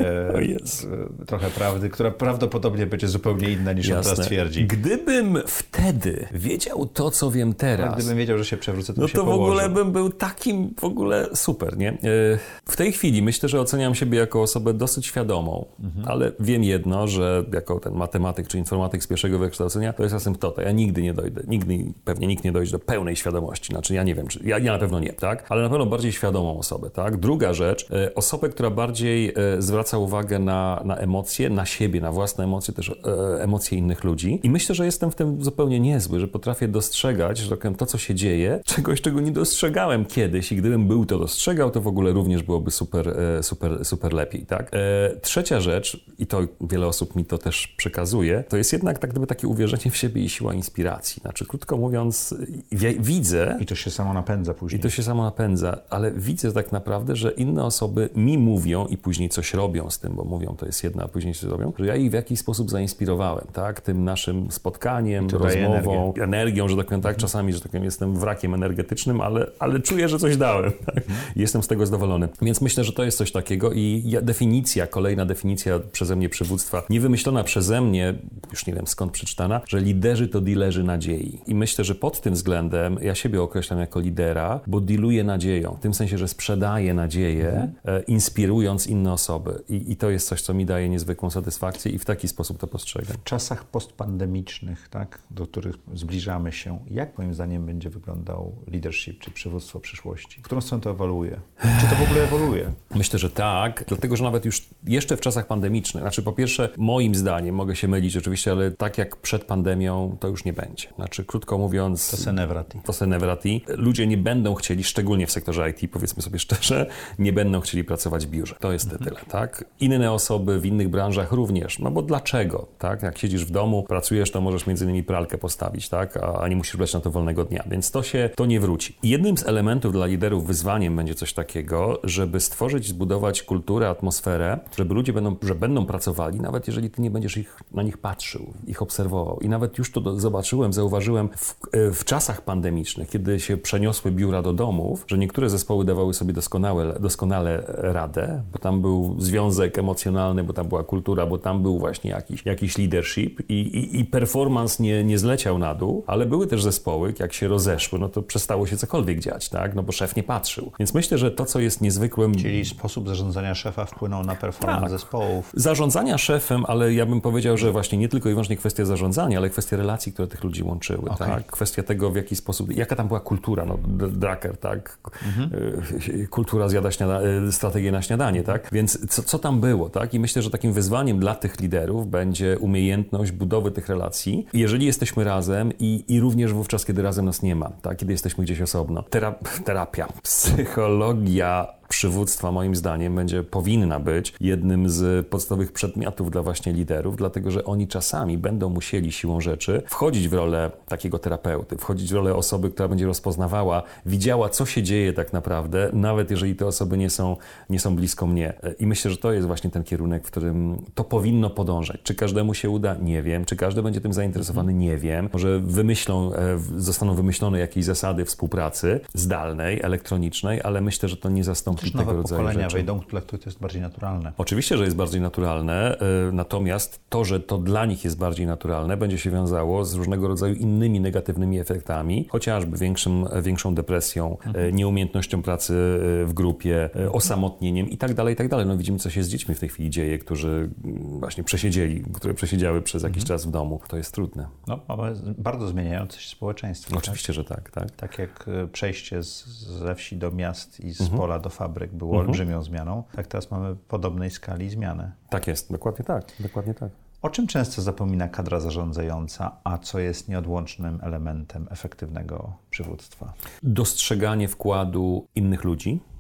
trochę prawdy, która prawdopodobnie będzie zupełnie inna niż on teraz twierdzi. Gdybym wtedy wiedział to, co wiem teraz... Gdybym wiedział, że się przewrócę, to się w ogóle położył. bym był takim w ogóle super, nie? W tej chwili myślę, że oceniam siebie jako osobę dosyć świadomą, ale wiem jedno, że jako ten matematyk czy informatyk z pierwszego wykształcenia, to jest asymptota. Ja nigdy nie dojdę, pewnie nikt nie dojdzie do pełnej świadomości. Znaczy ja nie wiem, ja na pewno nie, tak? Ale na pewno bardziej świadomą osobę, tak? Druga rzecz, osobę, która bardziej zwraca uwagę na emocje, na siebie, na własne emocje, też emocje innych ludzi. I myślę, że jestem w tym zupełnie niezły, że potrafię dostrzegać, że to, co się dzieje, czegoś, czego nie dostrzegałem kiedyś i gdybym był to dostrzegał, to w ogóle również byłoby super lepiej, tak? Trzecia rzecz, i to wiele osób mi to też przekazuje, to jest jednak tak gdyby takie uwierzenie w siebie i siła inspiracji. Znaczy, krótko mówiąc, widzę... I to się samo napędza później. Ale widzę tak naprawdę, że inne osoby mi mówią i później coś robią z tym, bo mówią, to jest jedno, a później coś robią, że ja ich w jakiś sposób zainspirowałem, tak? Tym naszym spotkaniem, rozmową, energią, że tak powiem, tak? Czasami, że tak powiem, jestem wrakiem energetycznym, ale czuję, że coś dałem, tak? Jestem z tego zadowolony. Więc myślę, że to jest coś takiego i kolejna definicja przeze mnie przywództwa, nie wymyślona przeze mnie, już nie wiem skąd przeczytana, że liderzy to dealerzy nadziei. I myślę, że pod tym względem ja siebie określam jako lidera, bo dealuję nadzieją. W tym sensie, że sprzedaję nadzieję, inspirując inne osoby. I to jest coś, co mi daje niezwykłą satysfakcję i w taki sposób to postrzegam. W czasach postpandemicznych, tak, do których zbliżamy się, jak moim zdaniem będzie wyglądał leadership czy przywództwo przyszłości? W którą stronę to ewoluuje? Czy to w ogóle ewoluuje? Myślę, że tak, dlatego, że nawet już jeszcze w czasach pandemicznych, znaczy po pierwsze, moim zdaniem, mogę się mylić oczywiście, ale tak jak przed pandemią, to już nie będzie. Znaczy, krótko mówiąc... To se nevrati. Ludzie nie będą chcieli, szczególnie w sektorze IT, powiedzmy sobie szczerze, nie będą chcieli pracować w biurze. To jest tyle, tak? Inne osoby w innych branżach również, no bo dlaczego, tak? Jak siedzisz w domu, pracujesz, to możesz między innymi pralkę postawić, tak? A nie musisz brać na to wolnego dnia, więc to nie wróci. I jednym z elementów dla liderów wyzwaniem będzie coś takiego, żeby stworzyć, zbudować kulturę, atmosferę, żeby ludzie będą pracowali, nawet jeżeli ty nie będziesz na nich patrzył, ich obserwował. I nawet już to zauważyłem w czasach pandemicznych, kiedy się przeniosły biura do domów, że niektóre zespoły dawały sobie doskonale radę, bo tam był związek emocjonalny, bo tam była kultura, bo tam był właśnie jakiś leadership i performance nie zleciał na dół, ale były też zespoły, jak się rozeszły, no to przestało się cokolwiek dziać, tak? No bo szef nie patrzył. Więc myślę, że to, co jest niezwykłym... Czyli sposób zarządzania szefa wpłynął na performance zespołów. Zarządzania szefem, ale ja bym powiedział, że właśnie nie tylko i wyłącznie kwestia zarządzania, ale kwestia relacji, które tych ludzi łączyły, tak? Kwestia tego, w jaki sposób, jaka tam była kultura, no Drucker, tak? Kultura zjada strategię na śniadanie, tak? Więc co tam było, tak? I myślę, że takim wyzwaniem dla tych liderów będzie umiejętność budowy tych relacji, jeżeli jesteśmy razem i również wówczas, kiedy razem nas nie ma, tak? Kiedy jesteśmy gdzieś osobno. Terapia, psychologia przywództwa, moim zdaniem, powinna być jednym z podstawowych przedmiotów dla właśnie liderów, dlatego że oni czasami będą musieli siłą rzeczy wchodzić w rolę takiego terapeuty, wchodzić w rolę osoby, która będzie rozpoznawała, widziała, co się dzieje tak naprawdę, nawet jeżeli te osoby nie są blisko mnie. I myślę, że to jest właśnie ten kierunek, w którym to powinno podążać. Czy każdemu się uda? Nie wiem. Czy każdy będzie tym zainteresowany? Nie wiem. Może zostaną wymyślone jakieś zasady współpracy zdalnej, elektronicznej, ale myślę, że to nie zastąpi też nowe pokolenia wejdą, dla których to jest bardziej naturalne. Oczywiście, że jest bardziej naturalne, natomiast to, że to dla nich jest bardziej naturalne, będzie się wiązało z różnego rodzaju innymi negatywnymi efektami, chociażby większą depresją, nieumiejętnością pracy w grupie, osamotnieniem i tak dalej, i tak dalej. No widzimy, co się z dziećmi w tej chwili dzieje, które przesiedziały przez jakiś czas w domu. To jest trudne. No, mamy bardzo zmieniające się społeczeństwo. Oczywiście, tak? że tak. Tak jak przejście ze wsi do miast i z pola do fabryk było olbrzymią zmianą, tak teraz mamy podobnej skali zmianę. Tak jest, dokładnie tak. O czym często zapomina kadra zarządzająca, a co jest nieodłącznym elementem efektywnego przywództwa? Dostrzeganie wkładu innych ludzi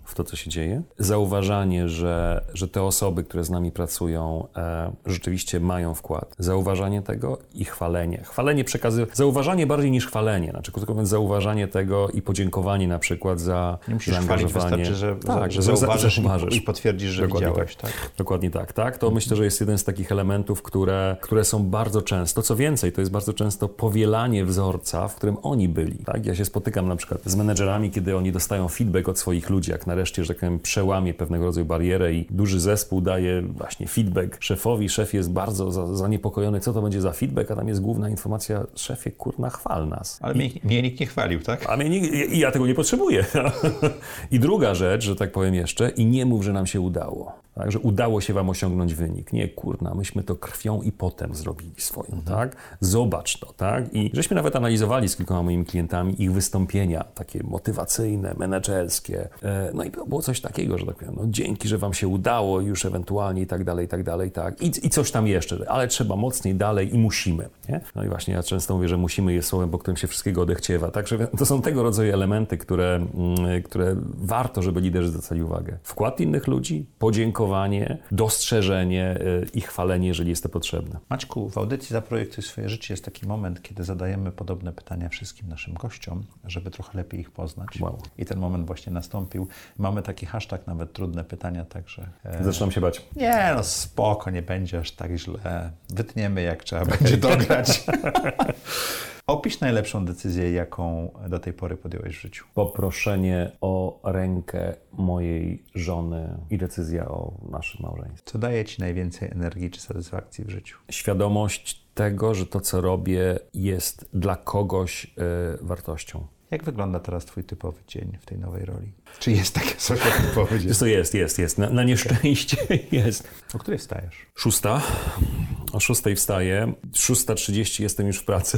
w to, co się dzieje. Zauważanie, że te osoby, które z nami pracują, rzeczywiście mają wkład. Zauważanie tego i chwalenie. Zauważanie bardziej niż chwalenie. Znaczy, krótko mówiąc, zauważanie tego i podziękowanie na przykład za nie musisz chwalić, wystarczy, że zauważysz i potwierdzisz, że dokładnie widziałeś. Tak. Dokładnie tak. To myślę, że jest jeden z takich elementów, które są bardzo często, co więcej, to jest bardzo często powielanie wzorca, w którym oni byli. Tak? Ja się spotykam na przykład z menedżerami, kiedy oni dostają feedback od swoich ludzi, jak nareszcie, że tak powiem, przełamie pewnego rodzaju barierę i duży zespół daje właśnie feedback szefowi, szef jest bardzo zaniepokojony, co to będzie za feedback, a tam jest główna informacja, szefie, kurna, chwal nas. Ale mnie nikt nie chwalił, tak? I ja tego nie potrzebuję. I druga rzecz, że tak powiem jeszcze, i nie mów, że nam się udało. Tak, że udało się wam osiągnąć wynik. Nie, kurna, myśmy to krwią i potem zrobili swoją, tak? Zobacz to, tak? I żeśmy nawet analizowali z kilkoma moimi klientami ich wystąpienia, takie motywacyjne, menedżerskie. No i było coś takiego, że tak powiem, no dzięki, że wam się udało już ewentualnie i tak dalej, tak. I coś tam jeszcze, ale trzeba mocniej dalej i musimy, nie? No i właśnie ja często mówię, że musimy jest słowem, po którym się wszystkiego odechciewa. Także to są tego rodzaju elementy, które warto, żeby liderzy zwracali uwagę. Wkład innych ludzi, podziękowanie, dostrzeżenie i chwalenie, jeżeli jest to potrzebne. Maćku, w audycji Zaprojektuj swoje życie jest taki moment, kiedy zadajemy podobne pytania wszystkim naszym gościom, żeby trochę lepiej ich poznać. Wow. I ten moment właśnie nastąpił. Mamy taki hashtag, nawet trudne pytania, także... Zaczynam się bać. Nie, no spoko, nie będzie aż tak źle. Wytniemy, jak trzeba będzie dograć. Opisz najlepszą decyzję, jaką do tej pory podjąłeś w życiu. Poproszenie o rękę mojej żony i decyzja o naszym małżeństwie. Co daje ci najwięcej energii czy satysfakcji w życiu? Świadomość tego, że to, co robię, jest dla kogoś wartością. Jak wygląda teraz twój typowy dzień w tej nowej roli? Czy jest takie coś jak typowy dzień? To jest. Na nieszczęście jest. O której wstajesz? 6. O 6 wstaję. 6:30 jestem już w pracy.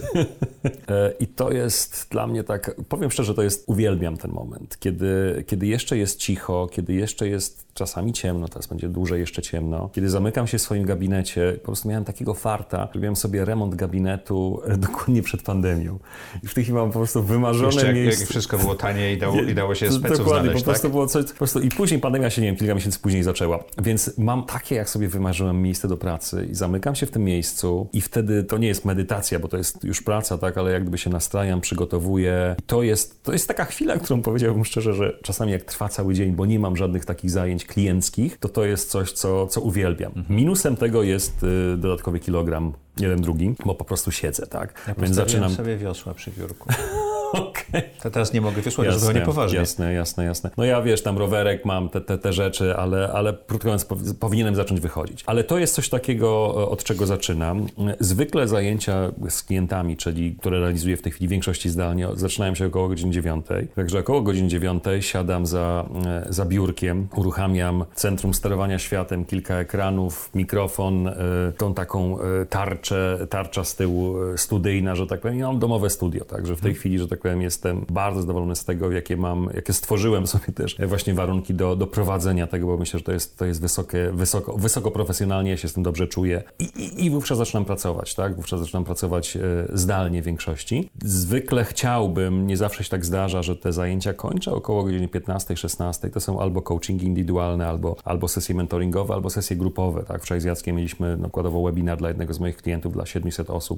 I to jest dla mnie tak, powiem szczerze, uwielbiam ten moment, kiedy jeszcze jest cicho, kiedy jeszcze jest czasami ciemno, teraz będzie dłużej jeszcze ciemno. Kiedy zamykam się w swoim gabinecie, po prostu miałem takiego farta, robiłem sobie remont gabinetu dokładnie przed pandemią. I w tej chwili mam po prostu wymarzone miejsce. Jak wszystko było tanie i dało się speców dokładnie, znaleźć, po prostu było coś, po prostu. I później pandemia się, nie wiem, kilka miesięcy później zaczęła. Więc mam takie, jak sobie wymarzyłem, miejsce do pracy i zamykam się w tym miejscu i wtedy to nie jest medytacja, bo to jest już praca, tak, ale jak gdyby się nastrajam, przygotowuję. To jest taka chwila, którą powiedziałbym szczerze, że czasami jak trwa cały dzień, bo nie mam żadnych takich zajęć klienckich, to jest coś, co uwielbiam. Minusem tego jest dodatkowy kilogram, jeden, drugi, bo po prostu siedzę, tak? Ja więc zaczynam sobie wiosła przy biurku. Okay. To teraz nie mogę wiosła, że to niepoważnie. Jasne. No ja wiesz, tam rowerek mam, te rzeczy, ale krótko mówiąc, powinienem zacząć wychodzić. Ale to jest coś takiego, od czego zaczynam. Zwykle zajęcia z klientami, czyli które realizuję w tej chwili w większości zdalnie, zaczynają się około godziny 9. Także około godziny 9 siadam za biurkiem, uruchamiam centrum sterowania światem, kilka ekranów, mikrofon, tą taką tarcza z tyłu studyjna, że tak powiem, i mam domowe studio, także w tej chwili, że tak powiem, jestem bardzo zadowolony z tego, jakie stworzyłem sobie też właśnie warunki do prowadzenia tego, bo myślę, że to jest wysoko profesjonalnie, ja się z tym dobrze czuję i wówczas zaczynam pracować, tak? Wówczas zaczynam pracować zdalnie w większości. Zwykle chciałbym, nie zawsze się tak zdarza, że te zajęcia kończę około godziny 15-16, to są albo coachingi indywidualne, albo sesje mentoringowe, albo sesje grupowe, tak? Wczoraj z Jackiem mieliśmy nakładowo webinar dla jednego z moich klientów, dla 700 osób.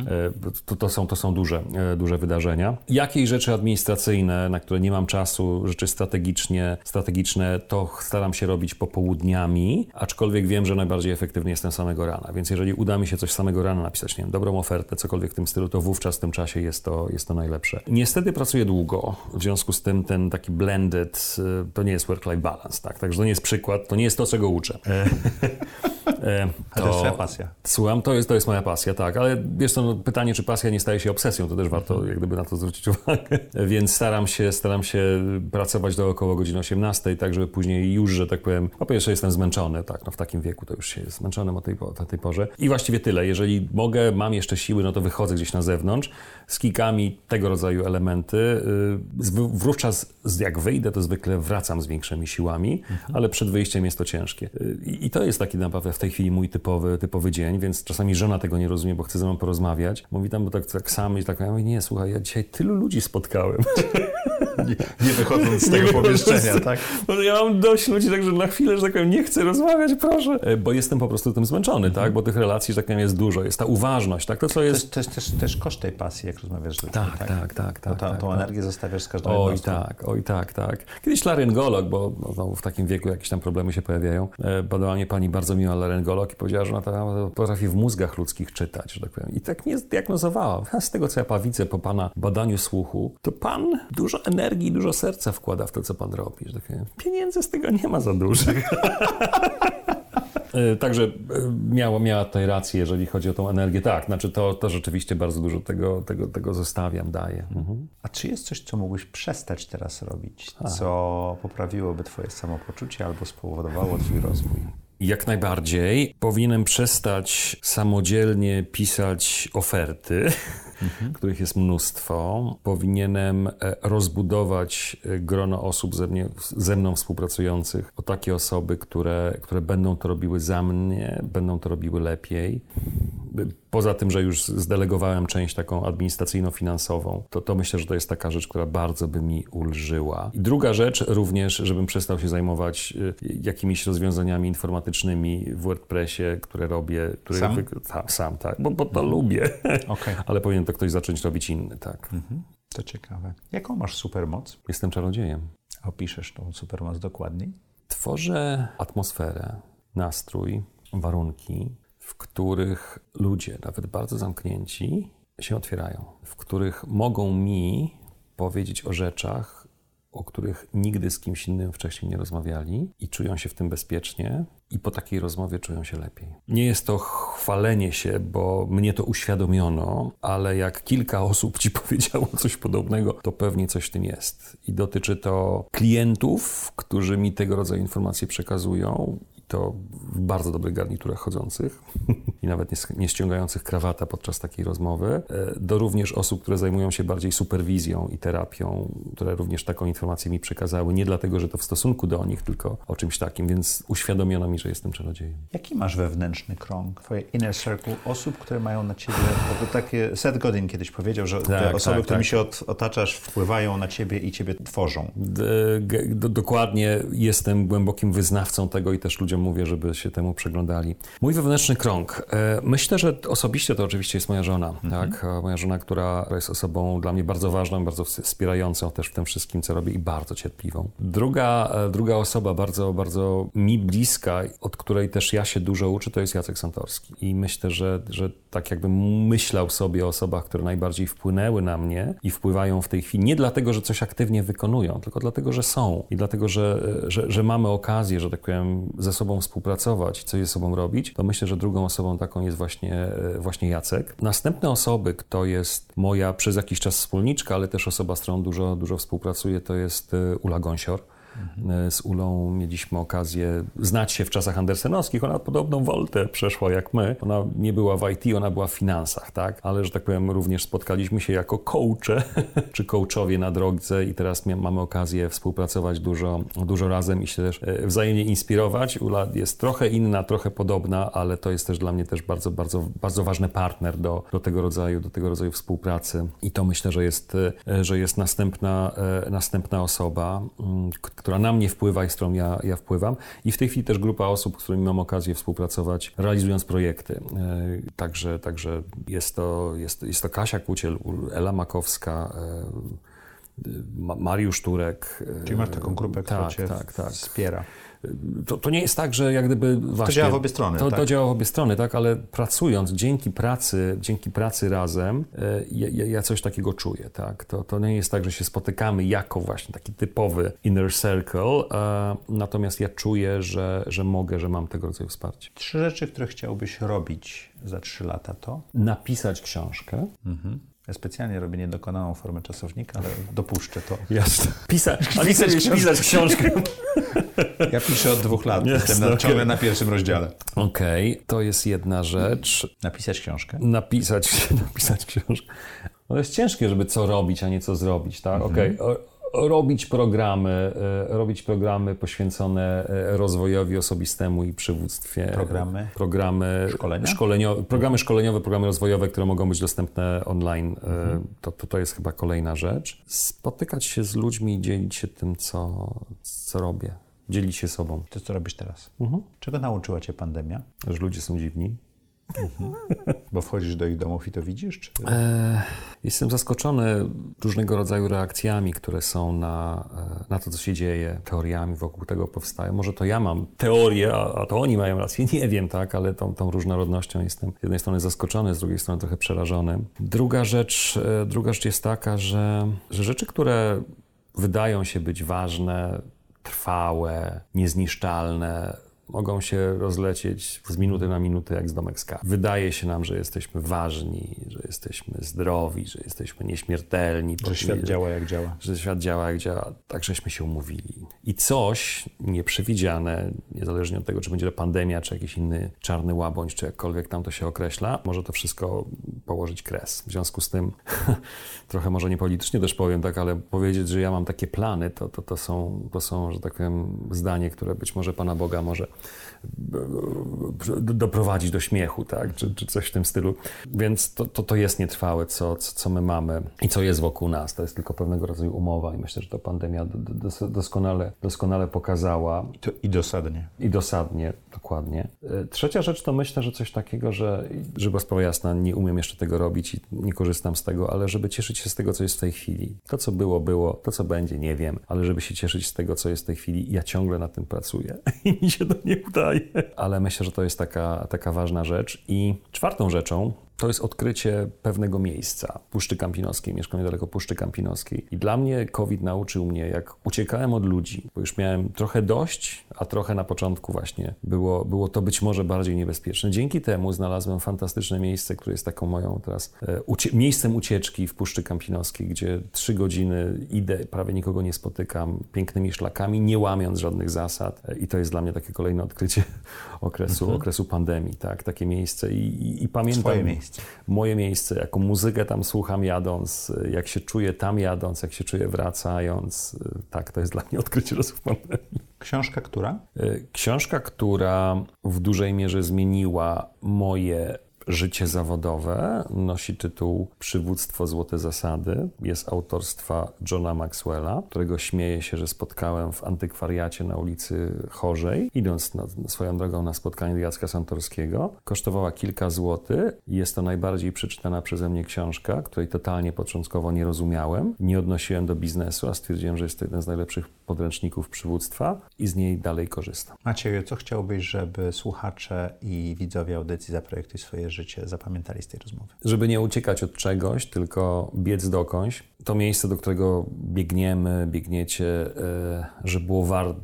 To są duże wydarzenia. Jakieś rzeczy administracyjne, na które nie mam czasu, rzeczy strategiczne, to staram się robić popołudniami, aczkolwiek wiem, że najbardziej efektywny jestem samego rana, więc jeżeli uda mi się coś samego rana napisać, nie wiem, dobrą ofertę, cokolwiek w tym stylu, to wówczas w tym czasie jest to najlepsze. Niestety pracuję długo, w związku z tym ten taki blended, to nie jest work-life balance, tak? Także to nie jest przykład, to nie jest to, czego uczę. To jest twoja pasja. Słucham, to jest moja pasja, tak, ale wiesz co, pytanie, czy pasja nie staje się obsesją, to też warto jak gdyby na to zwrócić uwagę, więc staram się pracować do około godziny 18, tak żeby później już, że tak powiem, po pierwsze jestem zmęczony, tak, no w takim wieku to już się jest zmęczonym o tej porze i właściwie tyle, jeżeli mogę, mam jeszcze siły, no to wychodzę gdzieś na zewnątrz z kilkami tego rodzaju elementy, wówczas jak wyjdę, to zwykle wracam z większymi siłami, ale przed wyjściem jest to ciężkie i to jest taki naprawdę w tej chwili mój typowy dzień, więc czasami żona tego nie rozumie, bo chce ze mną porozmawiać. Mówi tam, bo tak sam i tak, ja mówię, nie, słuchaj, ja dzisiaj tylu ludzi spotkałem. nie wychodząc z tego pomieszczenia, tak? Może ja mam dość ludzi, także na chwilę, że tak powiem, nie chcę rozmawiać, proszę. Bo jestem po prostu tym zmęczony, tak? Bo tych relacji, że tak powiem, jest dużo. Jest ta uważność, tak? To, co jest... To jest też koszt tej pasji, jak rozmawiasz z ludźmi, Tak. Tą energię zostawiasz z każdą jednostką. Oj tak. Kiedyś laryngolog, bo znowu w takim wieku jakieś tam problemy się pojawiają, badała mnie pani bardzo miła laryngolog i powiedziała, że ona to potrafi w mózgach ludzkich czytać, że tak powiem. I tak mnie zdiagnozowała. Z tego, co ja widzę po pana badaniu słuchu, to pan dużo energii, dużo serca wkłada w to, co pan robi, że tak powiem. Pieniędzy z tego nie ma za dużych. Także miała tutaj rację, jeżeli chodzi o tą energię. Tak, znaczy to rzeczywiście bardzo dużo tego zostawiam, daję. A czy jest coś, co mógłbyś przestać teraz robić, co poprawiłoby twoje samopoczucie albo spowodowało twój rozwój? Jak najbardziej. Powinienem przestać samodzielnie pisać oferty, których jest mnóstwo. Powinienem rozbudować grono osób ze mną współpracujących o takie osoby, które będą to robiły za mnie, będą to robiły lepiej. Poza tym, że już zdelegowałem część taką administracyjno-finansową, to myślę, że to jest taka rzecz, która bardzo by mi ulżyła. I druga rzecz również, żebym przestał się zajmować jakimiś rozwiązaniami informatycznymi w WordPressie, które robię. Sam, tak, bo to lubię. Okay. Ale powinien to ktoś zacząć robić inny, tak. To ciekawe. Jaką masz supermoc? Jestem czarodziejem. Opiszesz tą supermoc dokładniej? Tworzę atmosferę, nastrój, warunki, w których ludzie, nawet bardzo zamknięci, się otwierają. W których mogą mi powiedzieć o rzeczach, o których nigdy z kimś innym wcześniej nie rozmawiali i czują się w tym bezpiecznie i po takiej rozmowie czują się lepiej. Nie jest to chwalenie się, bo mnie to uświadomiono, ale jak kilka osób ci powiedziało coś podobnego, to pewnie coś w tym jest. I dotyczy to klientów, którzy mi tego rodzaju informacje przekazują, to w bardzo dobrych garniturach chodzących i nawet nie ściągających krawata podczas takiej rozmowy, do również osób, które zajmują się bardziej superwizją i terapią, które również taką informację mi przekazały, nie dlatego, że to w stosunku do nich, tylko o czymś takim, więc uświadomiono mi, że jestem czarodziejem. Jaki masz wewnętrzny krąg, twoje inner circle osób, które mają na ciebie, bo to takie Seth Godin kiedyś powiedział, że te osoby, którymi się otaczasz, wpływają na ciebie i ciebie tworzą. Dokładnie, jestem głębokim wyznawcą tego i też ludziom mówię, żeby się temu przyglądali. Mój wewnętrzny krąg. Myślę, że osobiście to oczywiście jest moja żona. Tak? Moja żona, która jest osobą dla mnie bardzo ważną, bardzo wspierającą też w tym wszystkim, co robię i bardzo cierpliwą. Druga osoba bardzo, bardzo mi bliska, od której też ja się dużo uczę, to jest Jacek Santorski. I myślę, że tak jakbym myślał sobie o osobach, które najbardziej wpłynęły na mnie i wpływają w tej chwili, nie dlatego, że coś aktywnie wykonują, tylko dlatego, że są. I dlatego, że mamy okazję, że tak powiem, ze sobą współpracować, coś ze sobą robić, to myślę, że drugą osobą taką jest właśnie Jacek. Następne osoby, kto jest moja przez jakiś czas wspólniczka, ale też osoba, z którą dużo współpracuję, to jest Ula Gąsior. Z Ulą mieliśmy okazję znać się w czasach andersenowskich. Ona podobną woltę przeszła jak my. Ona nie była w IT, ona była w finansach, tak? Ale, że tak powiem, również spotkaliśmy się jako coache, czy coachowie na drodze i teraz mamy okazję współpracować dużo razem i się też wzajemnie inspirować. Ula jest trochę inna, trochę podobna, ale to jest też dla mnie też bardzo, bardzo, bardzo ważny partner do tego rodzaju współpracy. I to myślę, że jest następna osoba, która na mnie wpływa i z którą ja wpływam. I w tej chwili też grupa osób, z którymi mam okazję współpracować, realizując projekty. Także jest to Kasia Kuciel, Ela Makowska, Mariusz Turek. Czyli masz taką grupę, która cię wspiera. To nie jest tak, że jak gdyby właśnie... To działa w obie strony, tak? To działa w obie strony, tak, ale pracując, dzięki pracy razem, ja coś takiego czuję, tak. To nie jest tak, że się spotykamy jako właśnie taki typowy inner circle, natomiast ja czuję, że mogę, że mam tego rodzaju wsparcie. 3 rzeczy, które chciałbyś robić za 3 lata to? Napisać książkę. Ja specjalnie robię niedokonaną formę czasownika, ale dopuszczę to. Jasne. Pisać książkę. Ja piszę od 2 lat. Jestem ciągle na pierwszym rozdziale. Okej, to jest jedna rzecz. Napisać książkę? Napisać książkę. No jest ciężkie, żeby co robić, a nie co zrobić, tak? robić programy poświęcone rozwojowi osobistemu i przywództwie. Programy szkoleniowe, programy rozwojowe, które mogą być dostępne online. To jest chyba kolejna rzecz. Spotykać się z ludźmi i dzielić się tym, co robię. Dzielić się sobą. To co robisz teraz? Czego nauczyła cię pandemia? Że ludzie są dziwni. Bo wchodzisz do ich domów i to widzisz? Czy... Jestem zaskoczony różnego rodzaju reakcjami, które są na to, co się dzieje, teoriami wokół tego powstają. Może to ja mam teorię, a to oni mają rację, nie wiem, tak, ale tą różnorodnością jestem z jednej strony zaskoczony, z drugiej strony trochę przerażony. Druga rzecz jest taka, że rzeczy, które wydają się być ważne, trwałe, niezniszczalne, mogą się rozlecieć z minuty na minutę jak z domek z kawy. Wydaje się nam, że jesteśmy ważni, że jesteśmy zdrowi, że jesteśmy nieśmiertelni. Że świat działa jak działa. Że świat działa jak działa. Tak żeśmy się umówili. I coś nieprzewidziane, niezależnie od tego, czy będzie to pandemia, czy jakiś inny czarny łabędź, czy jakkolwiek tam to się określa, może to wszystko położyć kres. W związku z tym, trochę może niepolitycznie też powiem, tak, ale powiedzieć, że ja mam takie plany, to są, że tak powiem, zdanie, które być może Pana Boga może doprowadzić do śmiechu, tak? czy coś w tym stylu. Więc to jest nietrwałe, co my mamy i co jest wokół nas. To jest tylko pewnego rodzaju umowa i myślę, że to pandemia doskonale pokazała. I dosadnie, dokładnie. Trzecia rzecz to myślę, że coś takiego, że żeby sprawa jasna, nie umiem jeszcze tego robić i nie korzystam z tego, ale żeby cieszyć się z tego, co jest w tej chwili. To, co było, to, co będzie, nie wiem, ale żeby się cieszyć z tego, co jest w tej chwili, ja ciągle nad tym pracuję i mi się to nie udaje. Ale myślę, że to jest taka ważna rzecz. I czwartą rzeczą to jest odkrycie pewnego miejsca. Puszczy Kampinoskiej, mieszkam niedaleko Puszczy Kampinoskiej. I dla mnie COVID nauczył mnie, jak uciekałem od ludzi, bo już miałem trochę dość, a trochę na początku właśnie było to być może bardziej niebezpieczne. Dzięki temu znalazłem fantastyczne miejsce, które jest taką moją teraz miejscem ucieczki w Puszczy Kampinoskiej, gdzie 3 godziny idę, prawie nikogo nie spotykam, pięknymi szlakami, nie łamiąc żadnych zasad. I to jest dla mnie takie kolejne odkrycie okresu pandemii, tak? Takie miejsce i pamiętam... Swoje miejsce. Moje miejsce, jaką muzykę tam słucham jadąc, jak się czuję tam jadąc, jak się czuję wracając. Tak, to jest dla mnie odkrycie czasów pandemii. Książka która? Książka, która w dużej mierze zmieniła moje życie zawodowe, nosi tytuł Przywództwo Złote Zasady. Jest autorstwa Johna Maxwella, którego śmieję się, że spotkałem w antykwariacie na ulicy Chorzej, idąc swoją drogą na spotkanie do Jacka Santorskiego. Kosztowała kilka złotych. Jest to najbardziej przeczytana przeze mnie książka, której totalnie początkowo nie rozumiałem. Nie odnosiłem do biznesu, a stwierdziłem, że jest to jeden z najlepszych podręczników przywództwa i z niej dalej korzystam. Macieju, co chciałbyś, żeby słuchacze i widzowie audycji Zaprojektuj swoje życie zapamiętali z tej rozmowy? Żeby nie uciekać od czegoś, tylko biec dokądś. To miejsce, do którego biegniecie, żeby było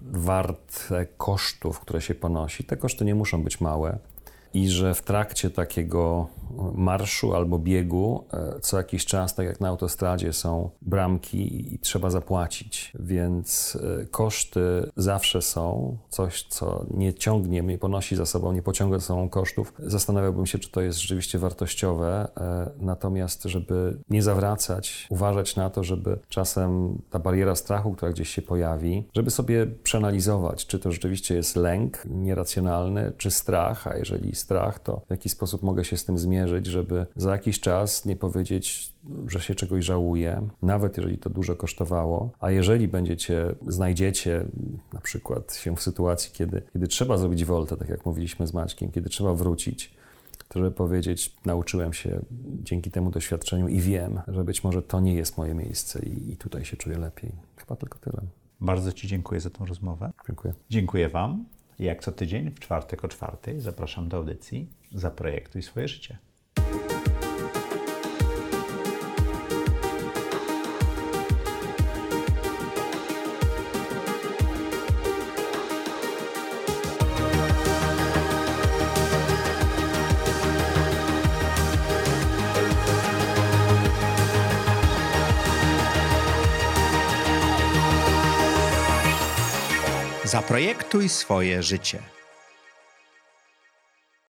warte kosztów, które się ponosi. Te koszty nie muszą być małe. I że w trakcie takiego marszu albo biegu co jakiś czas, tak jak na autostradzie, są bramki i trzeba zapłacić. Więc koszty zawsze są. Coś, co nie ciągnie, nie ponosi za sobą, nie pociąga za sobą kosztów. Zastanawiałbym się, czy to jest rzeczywiście wartościowe. Natomiast, żeby nie zawracać, uważać na to, żeby czasem ta bariera strachu, która gdzieś się pojawi, żeby sobie przeanalizować, czy to rzeczywiście jest lęk nieracjonalny, czy strach, a jeżeli strach, to w jaki sposób mogę się z tym zmierzyć, żeby za jakiś czas nie powiedzieć, że się czegoś żałuje, nawet jeżeli to dużo kosztowało, a jeżeli znajdziecie na przykład się w sytuacji, kiedy trzeba zrobić woltę, tak jak mówiliśmy z Maćkiem, kiedy trzeba wrócić, to żeby powiedzieć, nauczyłem się dzięki temu doświadczeniu i wiem, że być może to nie jest moje miejsce i tutaj się czuję lepiej. Chyba tylko tyle. Bardzo Ci dziękuję za tę rozmowę. Dziękuję. Dziękuję Wam. Jak co tydzień, w czwartek o 4:00 zapraszam do audycji Zaprojektuj swoje życie. Zaprojektuj swoje życie.